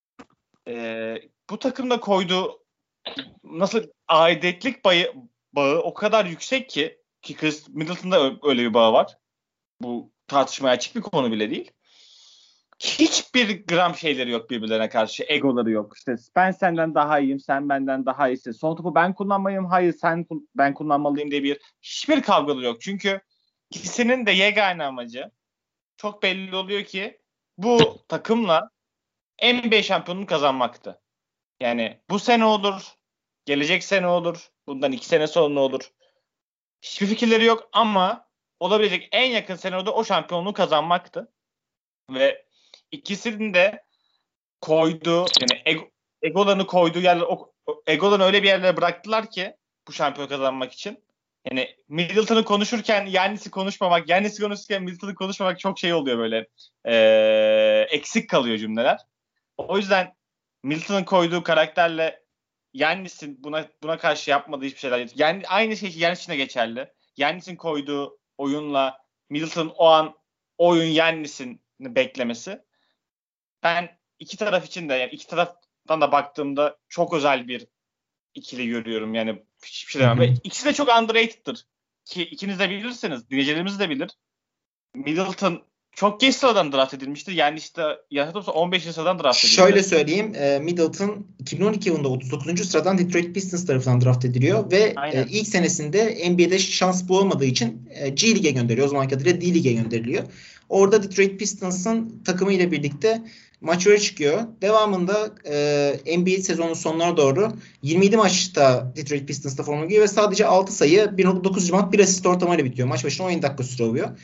bu takımda koyduğu nasıl aidiyetlik bağı o kadar yüksek ki Chris Middleton'da öyle bir bağı var. Bu tartışmaya açık bir konu bile değil. Hiçbir gram şeyleri yok birbirlerine karşı. Egoları yok. İşte ben senden daha iyiyim, sen benden daha iyisin. Son topu ben kullanmalıyım, hayır ben kullanmalıyım diye hiçbir kavgaları yok. Çünkü ikisinin de yegane amacı çok belli oluyor ki bu takımla NBA şampiyonluğunu kazanmaktı. Yani bu sene olur, gelecek sene olur, bundan 2 sene sonra olur. Hiçbir fikirleri yok ama olabilecek en yakın sene o şampiyonluğu kazanmaktı. Ve ikisinin de koyduğu egolarını koyduğu yerler egolarını öyle bir yerlere bıraktılar ki bu şampiyonu kazanmak için. Yani Middleton'ı konuşurken Giannis'i konuşmamak, Giannis'i konuşurken Middleton'ı konuşmamak çok oluyor böyle. Eksik kalıyor cümleler. O yüzden Middleton'ın koyduğu karakterle Giannis'in buna karşı yapmadığı hiçbir şeyler. Yani aynı şey Giannis için de geçerli. Giannis'in koyduğu oyunla Middleton'ın o an oyun Giannis'in beklemesi. Ben iki taraf için de yani iki taraftan da baktığımda çok özel bir ikili görüyorum. Yani hiçbir şey demem. Ve ikisi de çok underrated'tır. Ki ikiniz de bilirsiniz. Dinleyicilerimiz de bilir. Middleton çok geç sıradan draft edilmiştir. Yani işte yanılmıyorsam 15. sıradan draft edildi. Şöyle söyleyeyim. Middleton 2012 yılında 39. sıradan Detroit Pistons tarafından draft ediliyor ve ilk senesinde NBA'de şans bulamadığı için G League'e gönderiyor. O zamanki adıyla D League'e gönderiliyor. Orada Detroit Pistons'ın takımıyla birlikte maçlara çıkıyor. Devamında NBA sezonunun sonlarına doğru 27 maçta Detroit Pistons'ta forma giyiyor ve sadece 6 sayı 1.9 rebound 1 asist ortalamayla bitiyor. Maç başına 10 dakika süre oluyor.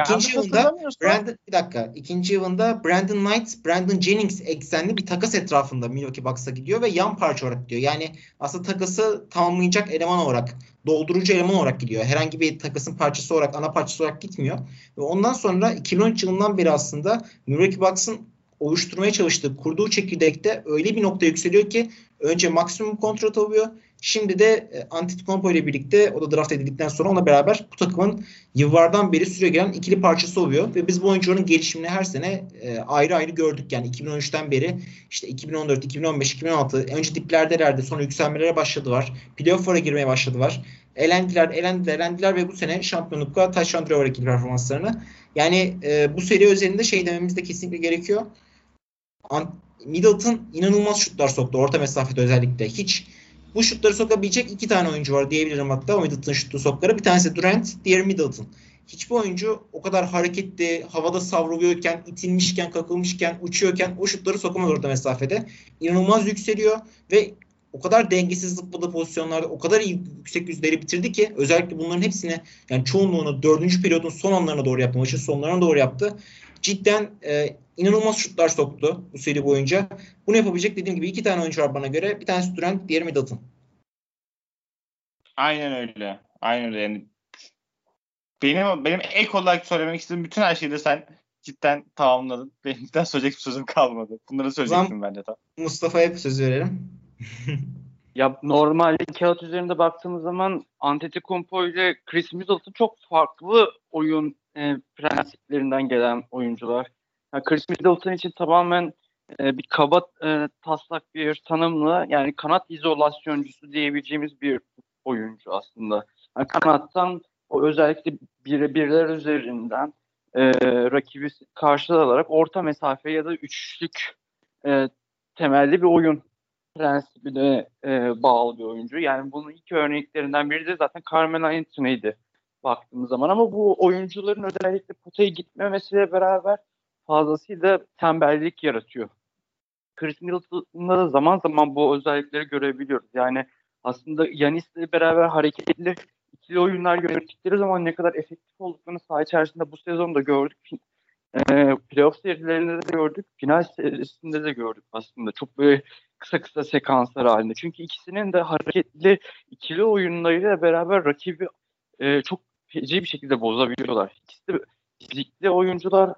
İkinci yılında Brandon Knight, Brandon Jennings eksenli bir takas etrafında Milwaukee Bucks'a gidiyor ve yan parça olarak gidiyor. Yani aslında takası tamamlayacak eleman olarak, doldurucu eleman olarak gidiyor. Herhangi bir takasın parçası olarak, ana parçası olarak gitmiyor. Ve ondan sonra 2013 yılından beri aslında Milwaukee Bucks'ın oluşturmaya çalıştığı, kurduğu çekirdekte öyle bir noktaya yükseliyor ki önce maksimum kontrat alıyor. Şimdi de Antetokounmpo ile birlikte o da draft edildikten sonra ona beraber bu takımın yıllardan beri süregelen ikili parçası oluyor. Ve biz bu oyuncuların gelişimini her sene ayrı ayrı gördük. Yani 2013'ten beri işte 2014, 2015, 2016 önce diplerdelerdi, sonra yükselmelere başladılar. Playoff'lara girmeye başladılar. Elendiler ve bu sene şampiyonlukla taşlandırıyorlar ikili performanslarını. Yani bu seri özelinde dememiz de kesinlikle gerekiyor. Middleton inanılmaz şutlar soktu orta mesafede özellikle. Hiç bu şutları sokabilecek 2 tane oyuncu var diyebilirim hatta o Middleton şutlu sokları. Bir tanesi Durant, diğeri Middleton. Hiçbir oyuncu o kadar hareketli, havada savruluyorken, itilmişken, kakılmışken, uçuyorken o şutları sokamaz orta mesafede. İnanılmaz yükseliyor ve o kadar dengesiz zıpladığı pozisyonlarda o kadar iyi yüksek yüzleri bitirdi ki özellikle bunların hepsini yani çoğunluğunu 4. periyodun son anlarına doğru yaptı. Maçın sonlarına doğru yaptı. Cidden inanılmaz şutlar soktu bu seri boyunca. Bunu yapabilecek dediğim gibi 2 tane oyuncu var bana göre. Bir tanesi Durant, diğeri Middleton. Aynen öyle. Aynen öyle. Yani benim ek olarak söylemek istediğim bütün her şeyi de sen cidden tamamladın. Benim de söyleyecek bir sözüm kalmadı. Bunları söyleyecektim ben de tam. Mustafa'ya bir söz verelim. Ya normalde kağıt üzerinde baktığımız zaman Antetokounmpo ile Chris Middleton çok farklı oyun prensiplerinden gelen oyuncular. Yani Chris Middleton için tamamen bir kaba taslak bir tanımla yani kanat izolasyoncusu diyebileceğimiz bir oyuncu aslında. Yani kanattan o özellikle birler üzerinden rakibi karşıda alarak orta mesafe ya da üçlük temelli bir oyun prensibine bağlı bir oyuncu. Yani bunun ilk örneklerinden biri de zaten Carmelo Anthony'ydi baktığımız zaman. Ama bu oyuncuların özellikle potaya gitmemesiyle beraber fazlasıyla tembellik yaratıyor. Chris Middleton'da da zaman zaman bu özellikleri görebiliyoruz. Yani aslında Yanis'le beraber hareketli ikili oyunlar yönettikleri zaman ne kadar efektif olduklarını saha içerisinde bu sezonda gördük. Playoff serilerinde de gördük. Final serisinde de gördük aslında. Çok böyle kısa kısa sekanslar halinde. Çünkü ikisinin de hareketli ikili oyunlarıyla beraber rakibi çok feci bir şekilde bozabiliyorlar. İkisi de fizikli oyuncular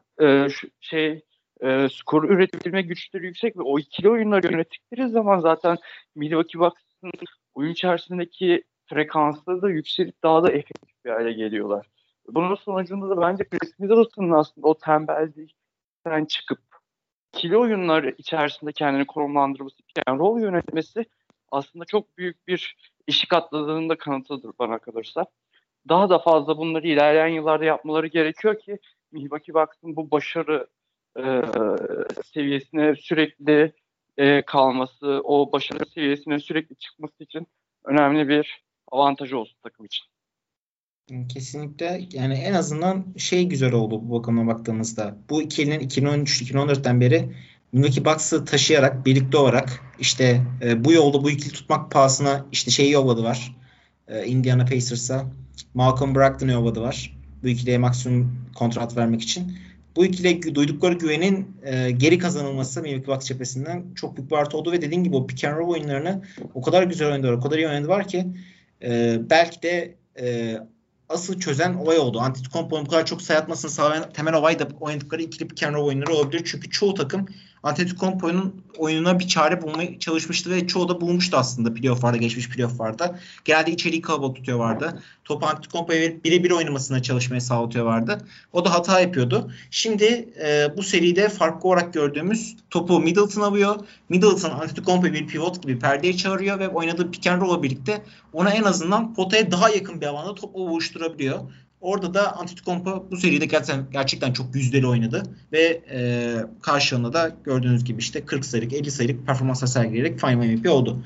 skor üretebilme güçleri yüksek ve o ikili oyunları yönettikleri zaman zaten Milwaukee Bucks'ın oyun içerisindeki frekansları da yükselip daha da efektif bir hale geliyorlar. Bunun sonucunda da bence Chris Middleton'ın aslında o tembellikten çıkıp ikili oyunlar içerisinde kendini konumlandırması, yani rol yönetmesi aslında çok büyük bir eşik atladığının da kanıtıdır bana kalırsa. Daha da fazla bunları ilerleyen yıllarda yapmaları gerekiyor ki Milwaukee Bucks'ın bu başarı seviyesine sürekli kalması, o başarı seviyesine sürekli çıkması için önemli bir avantajı olsun takım için. Kesinlikle yani en azından şey güzel oldu bu bakıma baktığımızda. Bu ikilinin 2013-2014'ten beri Milwaukee Bucks'ı taşıyarak birlikte olarak işte bu yolda bu ikili tutmak pahasına işte şeyi yolladılar. Indiana Pacers'a Malcolm Brogdon'u yolladılar. Bu ikiliye maksimum kontrat vermek için. Bu ikiliye duydukları güvenin geri kazanılması Milwaukee Bucks cephesinden çok büyük bir artı oldu ve dediğim gibi o pick and roll oyunlarını o kadar güzel oynadılar, o kadar iyi oynadılar ki belki de asıl çözen olay oldu. Antetokounmpo'nun bu kadar çok sayı atmasını sağlayan temel olay da oynadıkları ikili pick and roll oyunları olabilir. Çünkü çoğu takım Antetokounmpo'nun oyununa bir çare bulmaya çalışmıştı ve çoğu da bulmuştu aslında playoff'larda, geçmiş playoff'larda. Genelde içeriği kalabalık tutuyorlardı. Topu Antetokounmpo'ya verip birebir oynamasına çalışmaya sağlatıyorlardı. O da hata yapıyordu. Şimdi bu seride farklı olarak gördüğümüz topu Middleton alıyor. Middleton Antetokounmpo'yu bir pivot gibi perdeye çağırıyor ve oynadığı pick and roll'la birlikte ona en azından potaya daha yakın bir alanda topu buluşturabiliyor. Orada da Antetokounmpo bu seride gerçekten çok yüzdeli oynadı ve karşılığında da gördüğünüz gibi işte 40 sayılık 50 sayılık performanslar sergileyerek Final MVP oldu.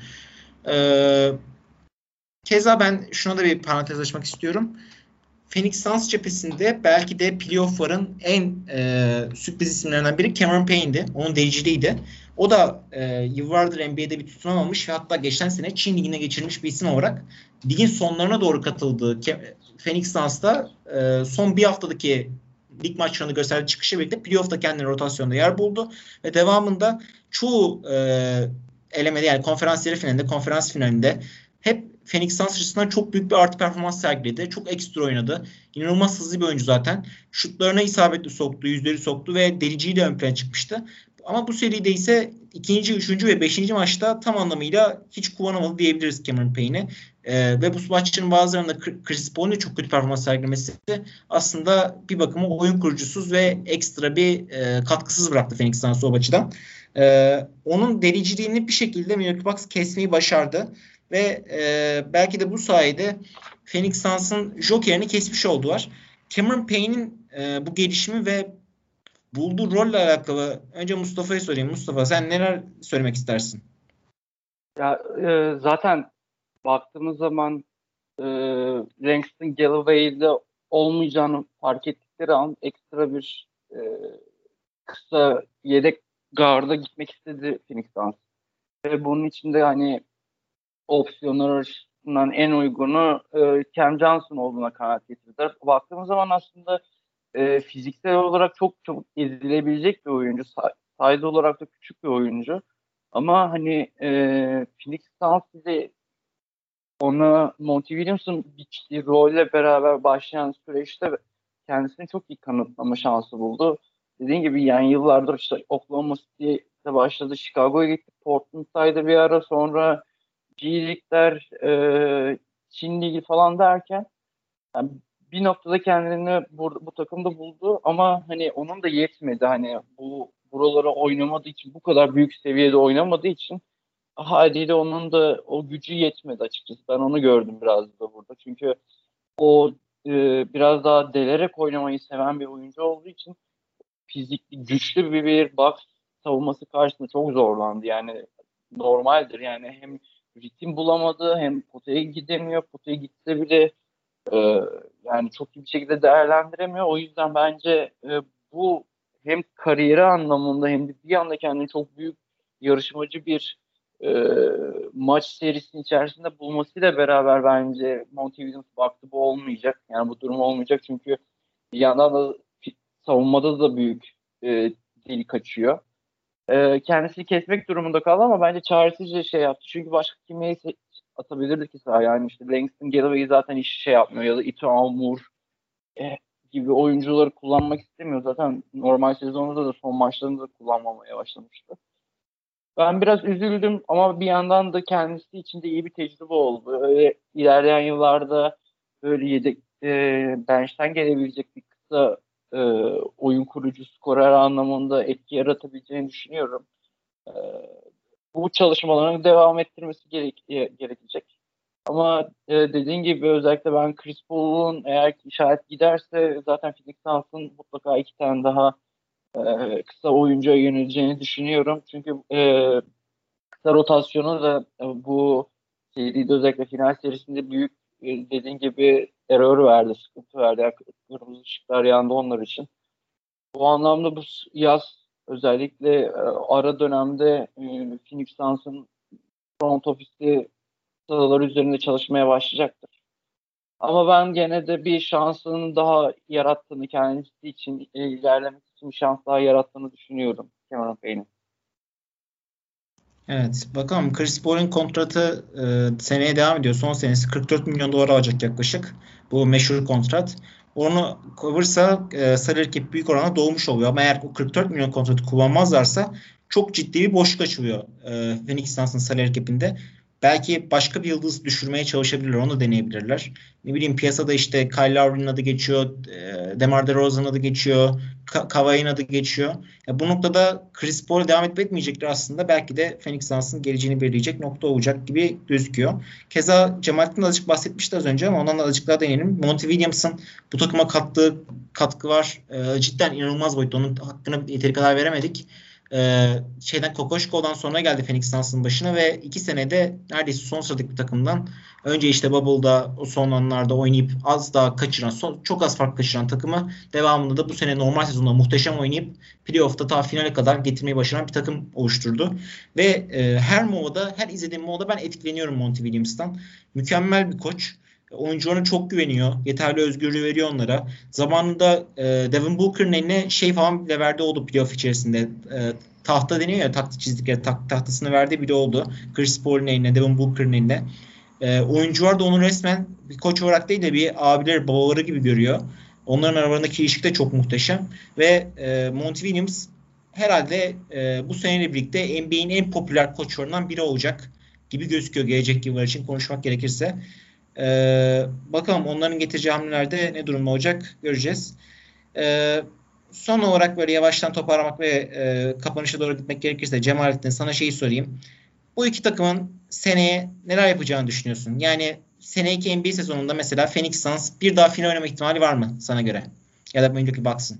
Keza ben şuna da bir parantez açmak istiyorum. Phoenix Suns cephesinde belki de playoff'ların en sürpriz isimlerinden biri Cameron Payne'di. Onun deliciliğiydi. O da yıllardır NBA'de bir tutunan almış ve hatta geçen sene Çin Ligi'ne geçirilmiş bir isim olarak ligin sonlarına doğru katıldığı Phoenix Suns'ta son bir haftadaki lig maçlarını gösterdiği çıkışı birlikte playoff'ta kendini rotasyonda yer buldu ve devamında çoğu elemede yani konferans finalinde hep Phoenix Suns açısından çok büyük bir artı performans sergiledi. Çok ekstra oynadı. İnanılmaz hızlı bir oyuncu zaten. Şutlarına isabetli soktu, yüzleri soktu ve deliciyi de ön plana çıkmıştı. Ama bu seride ise 2., 3. ve 5. maçta tam anlamıyla hiç kullanamadı diyebiliriz Cameron Payne'i. Ve bu maçların bazılarında Chris Paul'un çok kötü performans sergilemesi aslında bir bakıma oyun kurucusuz ve ekstra bir katkısız bıraktı Phoenix Suns'ı o açıdan. Onun deliciliğini bir şekilde Milwaukee Bucks kesmeyi başardı. Ve belki de bu sayede Phoenix Suns'ın jokerini kesmiş oldular. Cameron Payne'in bu gelişimi ve bulduğu rolle alakalı önce Mustafa'ya sorayım. Mustafa sen neler söylemek istersin? Ya zaten baktığımız zaman Langston Galloway'de olmayacağını fark ettikleri an ekstra bir kısa yedek garda gitmek istedi Phoenix Suns. Ve bunun içinde hani opsiyonlar arasından en uygunu Cam Johnson olduğuna kanaat getirdiler. Baktığımız zaman aslında fiziksel olarak çok çabuk ezilebilecek bir oyuncu. Sayı olarak da küçük bir oyuncu. Ama hani Phoenix Suns bize ona Monty Williams'ın biçtiği rolle beraber başlayan süreçte kendisini çok iyi kanıtlama şansı buldu. Dediğim gibi yani yıllardır işte Oklahoma City'de başladı. Chicago'ya gitti. Portland'daydı bir ara. Sonra G League'ler, Çin Ligi falan derken yani bir noktada kendini bu takımda buldu ama hani onun da yetmedi. Hani buralara oynamadığı için, bu kadar büyük seviyede oynamadığı için haliyle onun da o gücü yetmedi açıkçası. Ben onu gördüm biraz da burada. Çünkü o biraz daha delerek oynamayı seven bir oyuncu olduğu için fizikli, güçlü bir box savunması karşısında çok zorlandı. Yani normaldir. Yani hem ritim bulamadı, hem potaya gidemiyor. Potaya gitse bile yani çok iyi bir şekilde değerlendiremiyor. O yüzden bence bu hem kariyeri anlamında hem de bir anda kendini çok büyük yarışmacı bir e, maç serisinin içerisinde bulmasıyla beraber bence Monty Williams baktı bu olmayacak. Yani bu durum olmayacak çünkü bir yandan da savunmada da büyük delik açıyor. Kendisini kesmek durumunda kaldı ama bence çaresizce şey yaptı. Çünkü başka kimliği atabilirdi ki sahaya. Yani işte Langston Galloway zaten hiç şey yapmıyor ya da Ito Moore gibi oyuncuları kullanmak istemiyor. Zaten normal sezonunda da son maçlarında da kullanmamaya başlamıştı. Ben biraz üzüldüm ama bir yandan da kendisi için de iyi bir tecrübe oldu. Öyle ilerleyen yıllarda böyle yedek bench'ten gelebilecek bir kısa e, oyun kurucu, skorer anlamında etki yaratabileceğini düşünüyorum. E, Bu çalışmalarını devam ettirmesi gerekecek. Ama dediğin gibi özellikle ben Chris Paul'un eğer ki işaret giderse zaten Phoenix Suns'ın mutlaka 2 tane daha kısa oyuncuya yöneleceğini düşünüyorum. Çünkü kısa rotasyonu da bu seride özellikle final serisinde büyük dediğin gibi error verdi, sıkıntı verdi. Yani kırmızı ışıklar yandı onlar için. Bu anlamda bu yaz özellikle ara dönemde Phoenix Suns'ın front ofisi sahalar üzerinde çalışmaya başlayacaktır. Ama ben gene de bir şansının daha yarattığını, kendisi için ilerlemek için bir şans daha yarattığını düşünüyorum Cameron Payne'in. Evet, bakalım Chris Paul'un kontratı seneye devam ediyor. Son senesi 44 milyon dolar alacak yaklaşık. Bu meşhur kontrat. Onu coversa salary cap büyük oranda doğmuş oluyor. Ama eğer o 44 milyon kontratı kullanmazlarsa çok ciddi bir boşluk açılıyor Phoenix Suns'ın salary cap'inde. Belki başka bir yıldız düşürmeye çalışabilirler. Onu deneyebilirler. Ne bileyim piyasada işte Kyle Lowry'nin adı geçiyor. DeMar DeRozan'ın adı geçiyor. Kawhi'nin adı geçiyor. Bu noktada Chris Paul devam etmeyecekler aslında. Belki de Phoenix Suns'ın geleceğini belirleyecek nokta olacak gibi gözüküyor. Keza Cemalettin azıcık bahsetmişti az önce ama ondan da azıcık daha değinelim. Monty Williams'ın bu takıma kattığı katkı var. Cidden inanılmaz boyutta. Onun hakkını yeteri kadar veremedik. Kokoşko'dan sonra geldi Phoenix Suns'ın başına ve 2 senede neredeyse son sıradaki bir takımdan önce işte Bubble'da o son anlarda oynayıp az daha kaçıran, çok az fark kaçıran takımı devamında da bu sene normal sezonda muhteşem oynayıp playoff'ta ta finale kadar getirmeyi başaran bir takım oluşturdu. Ve her izlediğim molada ben etkileniyorum Monty Williams'tan. Mükemmel bir koç. Oyuncularına çok güveniyor. Yeterli özgürlüğü veriyor onlara. Zamanında Devin Booker'ın eline falan bile verdiği oldu playoff içerisinde. Tahta deniyor ya, taktik çizdikleri tahtasını verdiği bile oldu. Chris Paul'un eline, Devin Booker'ın eline. Oyuncular da onu resmen bir koç olarak değil de bir abileri, babaları gibi görüyor. Onların aralarındaki ilişki de çok muhteşem. Ve Monty Williams herhalde bu seneyle birlikte NBA'in en popüler koçlarından biri olacak gibi gözüküyor gelecek yıllar için konuşmak gerekirse. Bakalım onların getireceği hamlelerde ne durumda olacak göreceğiz. Son olarak böyle yavaştan toparlamak ve kapanışa doğru gitmek gerekirse Cemalettin sana şeyi sorayım. Bu iki takımın seneye neler yapacağını düşünüyorsun? Yani seneki NBA sezonunda mesela Phoenix Suns bir daha final oynama ihtimali var mı sana göre? Ya da önceki Bucks'ın.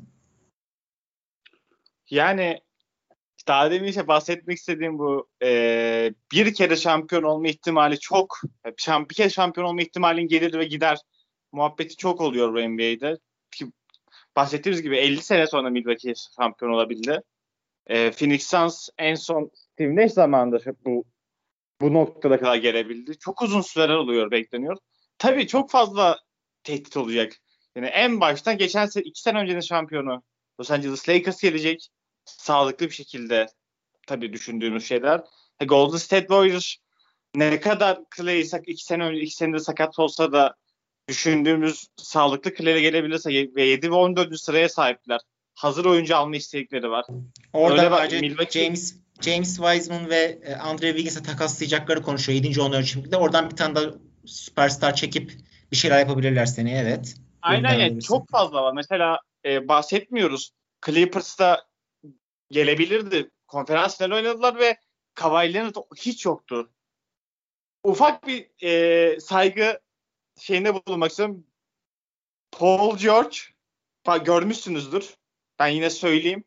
Yani daha demin işte bahsetmek istediğim bu bir kere şampiyon olma ihtimali çok. Bir kere şampiyon olma ihtimalin gelir ve gider muhabbeti çok oluyor bu NBA'de. Bahsettiğimiz gibi 50 sene sonra Milwaukee şampiyon olabildi. Phoenix Suns en son Steve Nash zamanında bu noktada kadar gelebildi. Çok uzun süreler oluyor, bekleniyor. Tabii çok fazla tehdit olacak. Yani en baştan geçen 2 sene öncenin şampiyonu Los Angeles Lakers gelecek. Sağlıklı bir şekilde tabii düşündüğümüz şeyler. Golden State Warriors ne kadar Clay 2 senedir sakat olsa da düşündüğümüz sağlıklı Clay'e gelebilirse ve 7 ve 14. sıraya sahipler. Hazır oyuncu alma istekleri var. Orada ayrıca James Wiseman ve Andre Wiggins'e takaslayacakları konuşuyor 7. 14. Oradan bir tane daha süperstar çekip bir şeyler yapabilirler seneye, evet. Aynen yani çok fazla var. Mesela bahsetmiyoruz. Clippers'ta gelebilirdi. Konferans finali oynadılar ve Kawhi Leonard hiç yoktu. Ufak bir saygı şeyinde bulunmak istiyorum. Paul George görmüşsünüzdür. Ben yine söyleyeyim.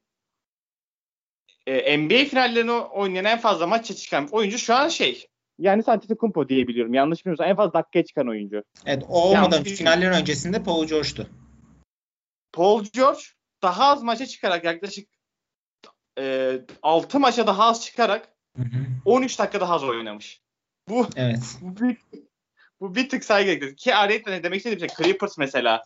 NBA finallerini oynayan en fazla maça çıkan oyuncu şu an Giannis Antetokounmpo diye biliyorum. Yanlış bilmiyorsam en fazla dakikaya çıkan oyuncu. Evet, o olmadan finallerin öncesinde Paul George'tu. Paul George daha az maça çıkarak yaklaşık 6 maça daha az çıkarak 13 dakika daha az oynamış. Evet. Bu bir tık saygı gerektirir. Ki ayrıca ne demek istediğim şey Clippers mesela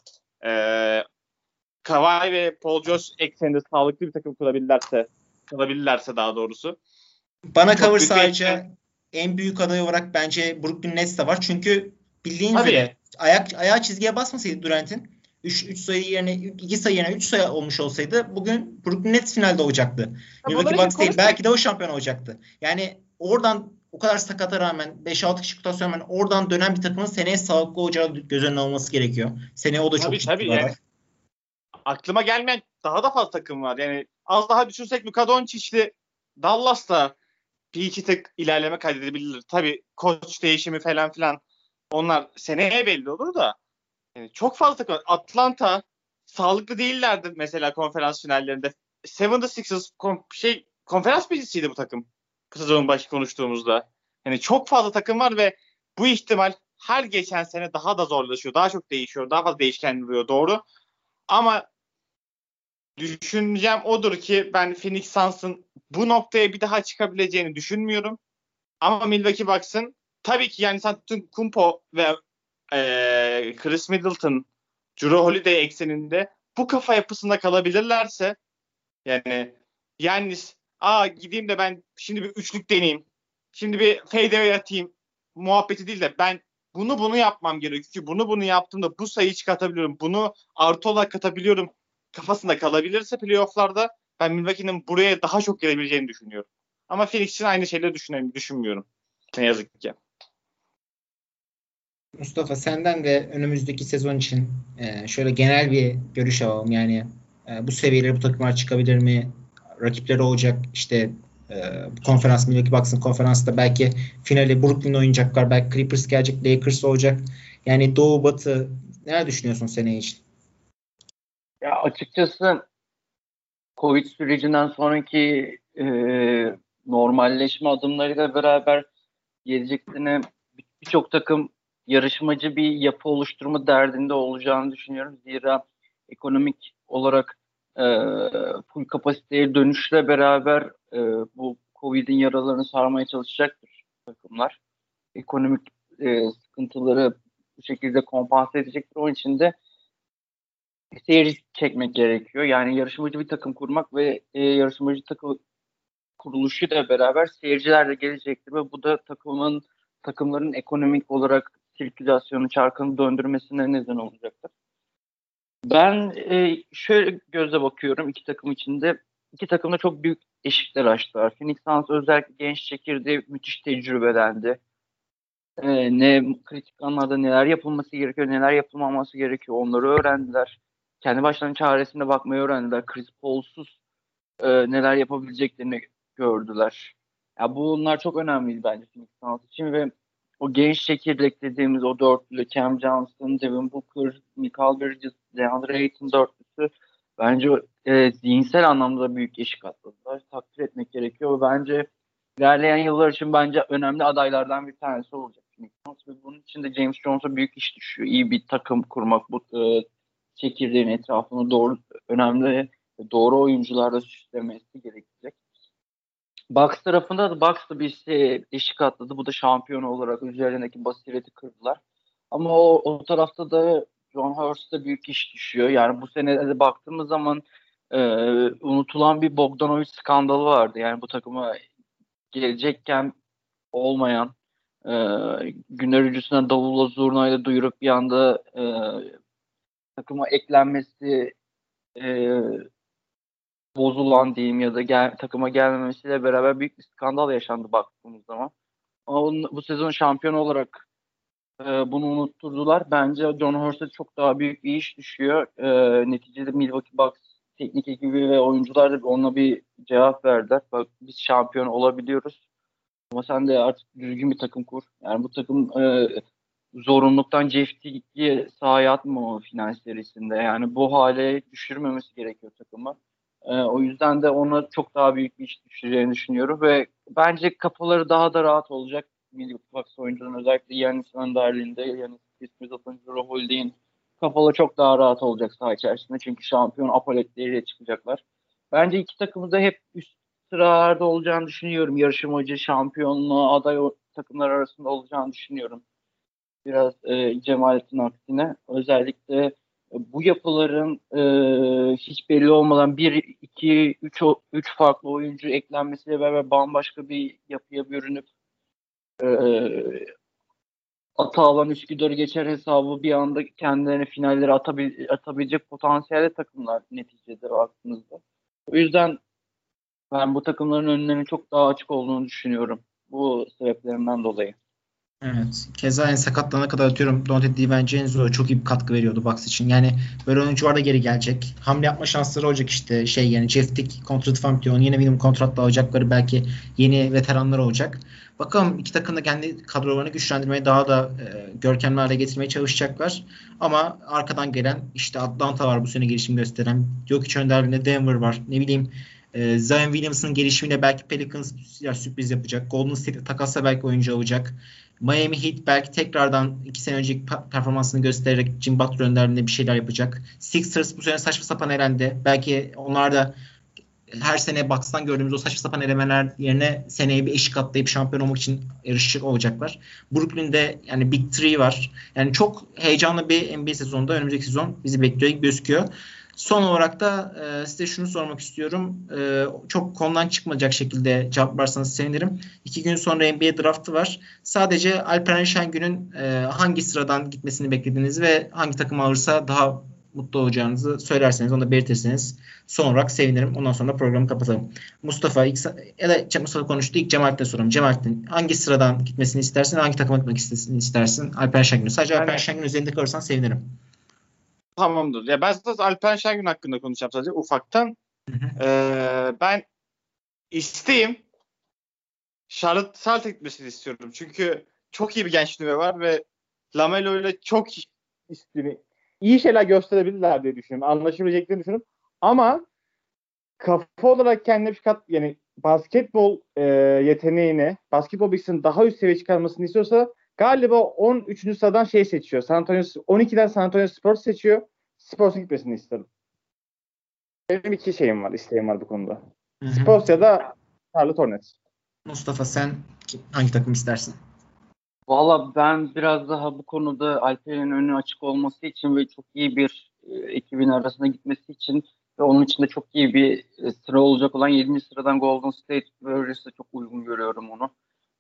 Kawhi ve Paul George ekseninde sağlıklı bir takım kalabilirlerse daha doğrusu. Bana kalırsa sadece en büyük aday olarak bence Brooklyn Nets de var. Çünkü bildiğin üzere ayağı çizgiye basmasaydı Durant'in 3 sayı yerine 2 sayı yerine 3 sayı olmuş olsaydı bugün Brooklyn Nets finalde olacaktı. Milwaukee Bucks değil. Belki de o şampiyon olacaktı. Yani oradan o kadar sakata rağmen 5-6 kişi kutasyon rağmen oradan dönen bir takımın seneye sağlıklı olacağı göz önüne alınması gerekiyor. Seneye o da çok ciddi bir aday. Yani, aklıma gelmeyen daha da fazla takım var. Yani az daha düşünsek Luka Doncic'li Dallas'ta bir iki tık ilerleme kaydedebilir. Tabii koç değişimi falan filan onlar seneye belli olur da. Yani çok fazla takım var. Atlanta sağlıklı değillerdi mesela konferans finallerinde. 76ers konferans birincisiydi bu takım. Sezonun başı konuştuğumuzda. Yani çok fazla takım var ve bu ihtimal her geçen sene daha da zorlaşıyor. Daha çok değişiyor. Daha fazla değişken oluyor. Doğru. Ama düşüncem odur ki ben Phoenix Suns'ın bu noktaya bir daha çıkabileceğini düşünmüyorum. Ama Milwaukee Bucks'ın tabii ki yani Antetokounmpo ve Chris Middleton, Jrue Holiday ekseninde bu kafa yapısında kalabilirlerse yani Giannis gideyim de ben şimdi bir üçlük deneyeyim. Şimdi bir fadeaway atayım muhabbeti değil de ben bunu yapmam gerekiyor ki bunu yaptığımda bu sayıyı çıkartabiliyorum. Bunu artı olarak katabiliyorum kafasında kalabilirse playoff'larda ben Milwaukee'nin buraya daha çok gelebileceğini düşünüyorum. Ama Phoenix için aynı şeyleri düşünmüyorum. Ne yazık ki. Mustafa senden de önümüzdeki sezon için şöyle genel bir görüş alalım. Yani bu seviyelere bu takımlar çıkabilir mi? Rakipleri olacak. İşte konferans Milwaukee Bucks'ın konferansında belki finali Brooklyn oynayacaklar. Belki Clippers gelecek. Lakers olacak. Yani Doğu Batı neler düşünüyorsun seneye için? Ya açıkçası Covid sürecinden sonraki normalleşme adımlarıyla beraber gelecek sene birçok takım yarışmacı bir yapı oluşturma derdinde olacağını düşünüyorum. Zira ekonomik olarak full kapasiteye dönüşle beraber bu Covid'in yaralarını sarmaya çalışacaktır takımlar. Ekonomik sıkıntıları bu şekilde kompanse edecektir. Onun için de seyirci çekmek gerekiyor. Yani yarışmacı bir takım kurmak ve yarışmacı takım kuruluşu da beraber seyirciler de gelecektir ve bu da takımların ekonomik olarak sirkülasyonu, çarkını döndürmesine neden olacaktır. Ben şöyle gözle bakıyorum iki takım içinde. İki takım da çok büyük eşikler açtılar. Phoenix Suns özellikle genç çekirdeği müthiş tecrübelendi. Ne kritik anlarda neler yapılması gerekiyor, neler yapılmaması gerekiyor onları öğrendiler. Kendi başlarının çaresine bakmayı öğrendiler. Chris Paul'suz neler yapabileceklerini gördüler. Ya bunlar çok önemliydi bence Phoenix Suns için ve o genç çekirdek dediğimiz o dörtlü Cam Johnson, Devin Booker, Michael Bridges, DeAndre Ayton dörtlüsü bence zihinsel anlamda büyük eşik atladılar. Takdir etmek gerekiyor ve bence ilerleyen yıllar için bence önemli adaylardan bir tanesi olacak Phoenix Suns ve bunun için de James Jones'a büyük iş düşüyor. İyi bir takım kurmak, bu çekirdeğin etrafını doğru oyuncularla süslemesi gerekecek. Bucks tarafında da Bucks da bir eşik atladı. Bu da şampiyon olarak üzerindeki basireti kırdılar. Ama o tarafta da John Hurst'a büyük iş düşüyor. Yani bu sene de baktığımız zaman unutulan bir Bogdanovic skandalı vardı. Yani bu takıma gelecekken olmayan günler öncesinden davulla zurnayla duyurup bir anda takıma eklenmesi bozulan diyeyim ya da takıma gelmemesiyle beraber büyük bir skandal yaşandı baktığımız zaman. Ama bu sezon şampiyon olarak bunu unutturdular. Bence John Hurst'e çok daha büyük bir iş düşüyor. Neticede Milwaukee Bucks teknik ekibi ve oyuncular da ona bir cevap verdiler. Bak biz şampiyon olabiliyoruz. Ama sen de artık düzgün bir takım kur. Yani bu takım zorunluluktan Jeff Teague'yi sahaya atma o final serisinde. Yani bu hale düşürmemesi gerekiyor takımı. O yüzden de ona çok daha büyük bir iş düşeceğini düşünüyorum ve bence kafaları daha da rahat olacak. Milwaukee Bucks oyuncuların özellikle Giannis önderliğinde, Giannis Middleton, Jrue Holiday'in kafaları çok daha rahat olacak saha içerisinde. Çünkü şampiyon apaletleriyle çıkacaklar. Bence iki takımı da hep üst sıralarda olacağını düşünüyorum. Yarışmacı, şampiyonluğa aday takımlar arasında olacağını düşünüyorum. Biraz Cemalettin aksine. Özellikle bu yapıların hiç belli olmadan 1, 2, 3 farklı oyuncu eklenmesiyle beraber bambaşka bir yapıya bürünüp e, Atalan Üsküdar'ı geçer hesabı bir anda kendilerini finallere atabilecek potansiyelde takımlar neticede baktığınızda. O yüzden ben bu takımların önlerinin çok daha açık olduğunu düşünüyorum. Bu sebeplerinden dolayı. Evet. Keza en sakatlanana kadar atıyorum Donte DiVincenzo çok iyi bir katkı veriyordu Bucks için. Yani böyle oyuncular da geri gelecek. Hamle yapma şansları olacak işte. Yani Jeff Teague kontratı falan bitiyor. Yine minimum kontratla alacakları belki yeni veteranlar olacak. Bakalım iki takım da kendi kadrolarını güçlendirmeye daha da görkemli hale getirmeye çalışacaklar. Ama arkadan gelen işte Atlanta var bu sene gelişim gösteren. Jokic önderliğinde Denver var. Ne bileyim Zion Williamson'ın gelişimiyle belki Pelicans sürpriz yapacak. Golden State takasla belki oyuncu alacak. Miami Heat belki tekrardan 2 sene önceki performansını göstererek Jim Butler önderliğinde bir şeyler yapacak. Sixers bu sene saçma sapan elendi. Belki onlar da her sene Bucks'tan gördüğümüz o saçma sapan elemeler yerine seneye bir eşik atlayıp şampiyon olmak için yarışacak olacaklar. Brooklyn'de yani Big Three var. Yani çok heyecanlı bir NBA sezonunda önümüzdeki sezon bizi bekliyor gibi gözüküyor. Son olarak da size şunu sormak istiyorum. Çok konudan çıkmayacak şekilde cevaplarsanız sevinirim. 2 gün sonra NBA draftı var. Sadece Alperen Şengün'ün hangi sıradan gitmesini beklediğiniz ve hangi takım alırsa daha mutlu olacağınızı söylerseniz, onu da belirtirseniz son olarak sevinirim. Ondan sonra programı kapatalım. Mustafa Mustafa konuştu. İlk Cemalet'e soralım. Cemalet'in hangi sıradan gitmesini istersin? Hangi takıma gitmek istersin? Alperen Şengün. Sadece Alperen Şengün üzerinde kalırsan sevinirim. Tamamdır. Ya ben zaten Alperen Şengün hakkında konuşacağım sadece ufaktan. Ben isteğim Charlotte Celtics gitmesini istiyorum. Çünkü çok iyi bir genç nüve var ve Lamelo ile çok iyi şeyler gösterebilirler diye düşünüyorum. Anlaşabileceklerini düşünüyorum. Ama kafa olarak kendine bir yani basketbol yeteneğini, basketbol bilgisini daha üst seviyeye çıkarmasını istiyorsa galiba 13. sıradan seçiyor. 12'den San Antonio Spurs seçiyor. Spurs'a gitmesini isterim. Benim iki isteğim var bu konuda. Hı-hı. Spurs ya da Charlotte Hornets. Mustafa sen hangi takım istersin? Valla ben biraz daha bu konuda Alperen'in önü açık olması için ve çok iyi bir ekibin arasına gitmesi için ve onun için de çok iyi bir sıra olacak olan 7. sıradan Golden State Warriors'a çok uygun görüyorum onu.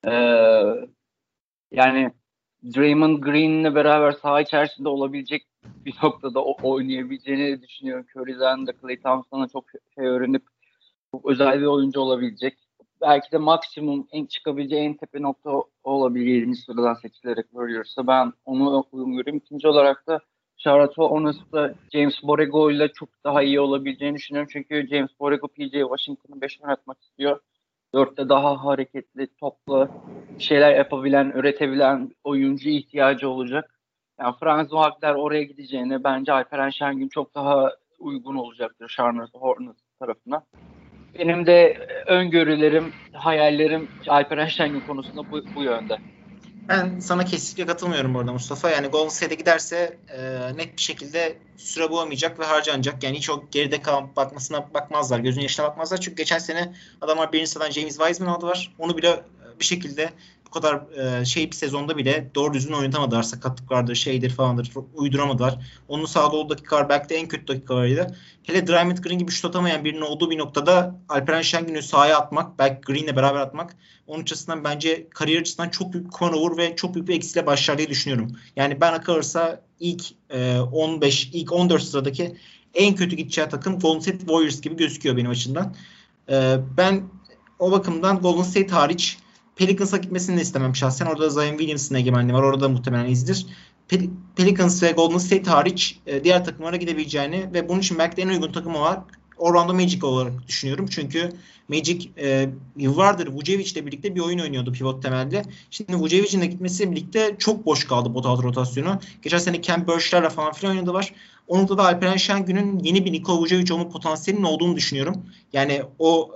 Yani Draymond Green'le beraber saha içerisinde olabilecek bir noktada oynayabileceğini düşünüyorum. Curry'den de Klay Thompson'a çok şey öğrenip çok özel bir oyuncu olabilecek. Belki de maksimum çıkabileceği en tepe nokta olabilir 7. sıradan seçilerek Warriors'a. Ben onu uygun görüyorum. İkinci olarak da Charlotte Hornets'ta James Borrego ile çok daha iyi olabileceğini düşünüyorum. Çünkü James Borrego PJ Washington'ı 5 oynatmak istiyor. 4'te daha hareketli, toplu bir şeyler yapabilen, üretebilen oyuncu ihtiyacı olacak. Yani Franz Wagner oraya gideceğine bence Alperen Şengün çok daha uygun olacaktır Charlotte Hornets tarafına. Benim de öngörülerim, hayallerim Alperen Şengün konusunda bu yönde. Ben sana kesinlikle katılmıyorum burada Mustafa. Yani Golden State'e giderse net bir şekilde süre bulamayacak ve harcanacak. Yani hiç o geride kalan bakmazlar. Gözün yaşına bakmazlar. Çünkü geçen sene adamlar birinci sıradan James Wiseman aldılar. Onu bile bir şekilde bu kadar bir sezonda bile doğru düzgün oynatamadılar. Sakatlık vardır, şeydir falandır. Uyduramadılar. Onun sağda olduğu dakikalar belki de en kötü dakikalarıydı. Hele Draymond Green gibi şut atamayan birinin olduğu bir noktada Alperen Şengün'ü sahaya atmak, belki Green'le beraber atmak onun açısından bence kariyer açısından çok büyük bir turnover ve çok büyük bir eksiyle başlar diye düşünüyorum. Yani bana kalırsa ilk 15, ilk 14 sıradaki en kötü gideceği takım Golden State Warriors gibi gözüküyor benim açımdan. Ben o bakımdan Golden State hariç Pelicans'a gitmesini de istemem şahsen. Orada Zion Williamson'ın egemenliği var. Orada muhtemelen izdir. Pelicans ve Golden State hariç diğer takımlara gidebileceğini ve bunun için belki de en uygun takım olarak Orlando Magic olarak düşünüyorum. Çünkü Magic yıllardır Vucevic ile birlikte bir oyun oynuyordu pivot temelde. Şimdi Vucevic'in de gitmesiyle birlikte çok boş kaldı bot altı rotasyonu. Geçen sene Kem Birch'lerle falan filan oynadılar. Onunla da Alperen Şengün'ün yeni bir Nikola Vucevic olma potansiyelinin olduğunu düşünüyorum. Yani o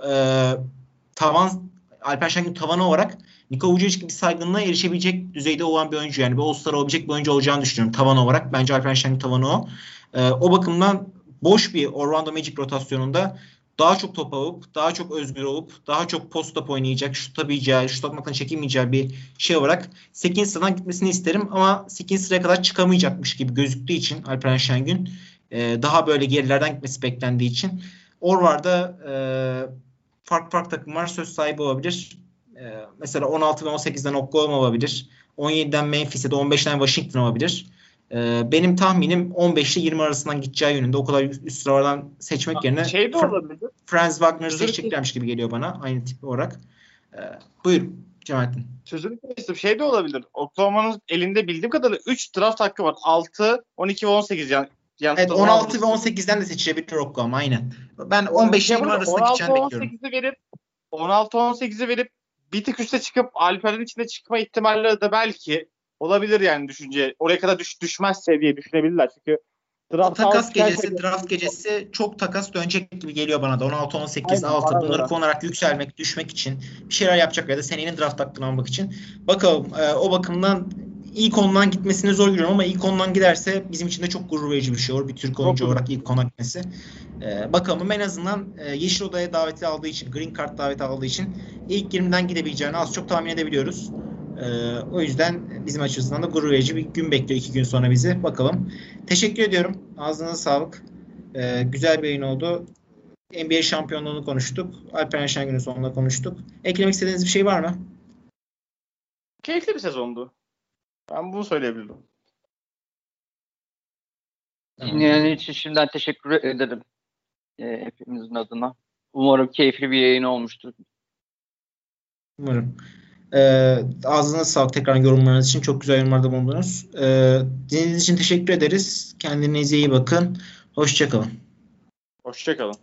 Alperen Şengün tavanı olarak Nikola Vucevic gibi saygınlığa erişebilecek düzeyde olan bir oyuncu. Yani bir All-Star olabilecek bir oyuncu olacağını düşünüyorum tavan olarak. Bence Alperen Şengün tavanı o. O bakımdan boş bir Orlando Magic rotasyonunda daha çok top alıp, daha çok özgür olup, daha çok post-up oynayacak, şut atabileceği, şut atmaktan çekinmeyeceği bir şey olarak 8. sıradan gitmesini isterim. Ama 8. sıraya kadar çıkamayacakmış gibi gözüktüğü için Alperen Şengün daha böyle gerilerden gitmesi beklendiği için Orvar'da farklı takımlar söz sahibi olabilir. Mesela 16 ve 18'den Oklahoma olabilir. 17'den Memphis ya da 15'ten Washington olabilir. Benim tahminim 15 ile 20 arasından gideceği yönünde. O kadar üst sıralardan seçmek yerine şey de olabilir. Franz Wagner'ı seçeceklermiş gibi geliyor bana aynı tip olarak. Buyur Cemalettin. Sözünü kestim. Şey de olabilir. Oklahoma'nın elinde bildiğim kadarıyla 3 draft hakkı var. 6, 12 ve 18 yani. Evet 16 ve 18'den de seçilebilir Oklahoma aynen. Ben 15 ile 20 arasında gideceğini bekliyorum. 16-18'i verip bir tık üste çıkıp Alper'in içinde çıkma ihtimalleri de belki olabilir yani düşünce. Oraya kadar düşmezse diye düşünebilirler. Çünkü draft gecesi çok takas dönecek gibi geliyor bana da. 16-18 altı bunları kullanarak yükselmek, düşmek için bir şeyler yapacak ya da senenin draft hakkını almak için. Bakalım o bakımdan ilk ondan gitmesini zor görüyorum ama ilk ondan giderse bizim için de çok gurur verici bir şey olur. Bir Türk oyuncu olarak ilk ona gitmesi. Bakalım en azından Yeşil Oda'ya daveti aldığı için, Green Card daveti aldığı için ilk 20'den gidebileceğini az çok tahmin edebiliyoruz. O yüzden bizim açımızdan da gurur verici bir gün bekliyor 2 gün sonra bizi. Bakalım. Teşekkür ediyorum. Ağzınıza sağlık. Güzel bir yayın oldu. NBA şampiyonluğunu konuştuk. Alperen Şengün'ün sonunda konuştuk. Eklemek istediğiniz bir şey var mı? Keyifli bir sezondu. Ben bunu söyleyebilirim. Dinleyen için şimdiden teşekkür ederim. Hepimizin adına. Umarım keyifli bir yayın olmuştur. Umarım. Ağzınıza sağlık tekrar yorumlarınız için. Çok güzel yorumlarda bulundunuz. Dinlediğiniz için teşekkür ederiz. Kendinize iyi bakın. Hoşça kalın. Hoşça kalın.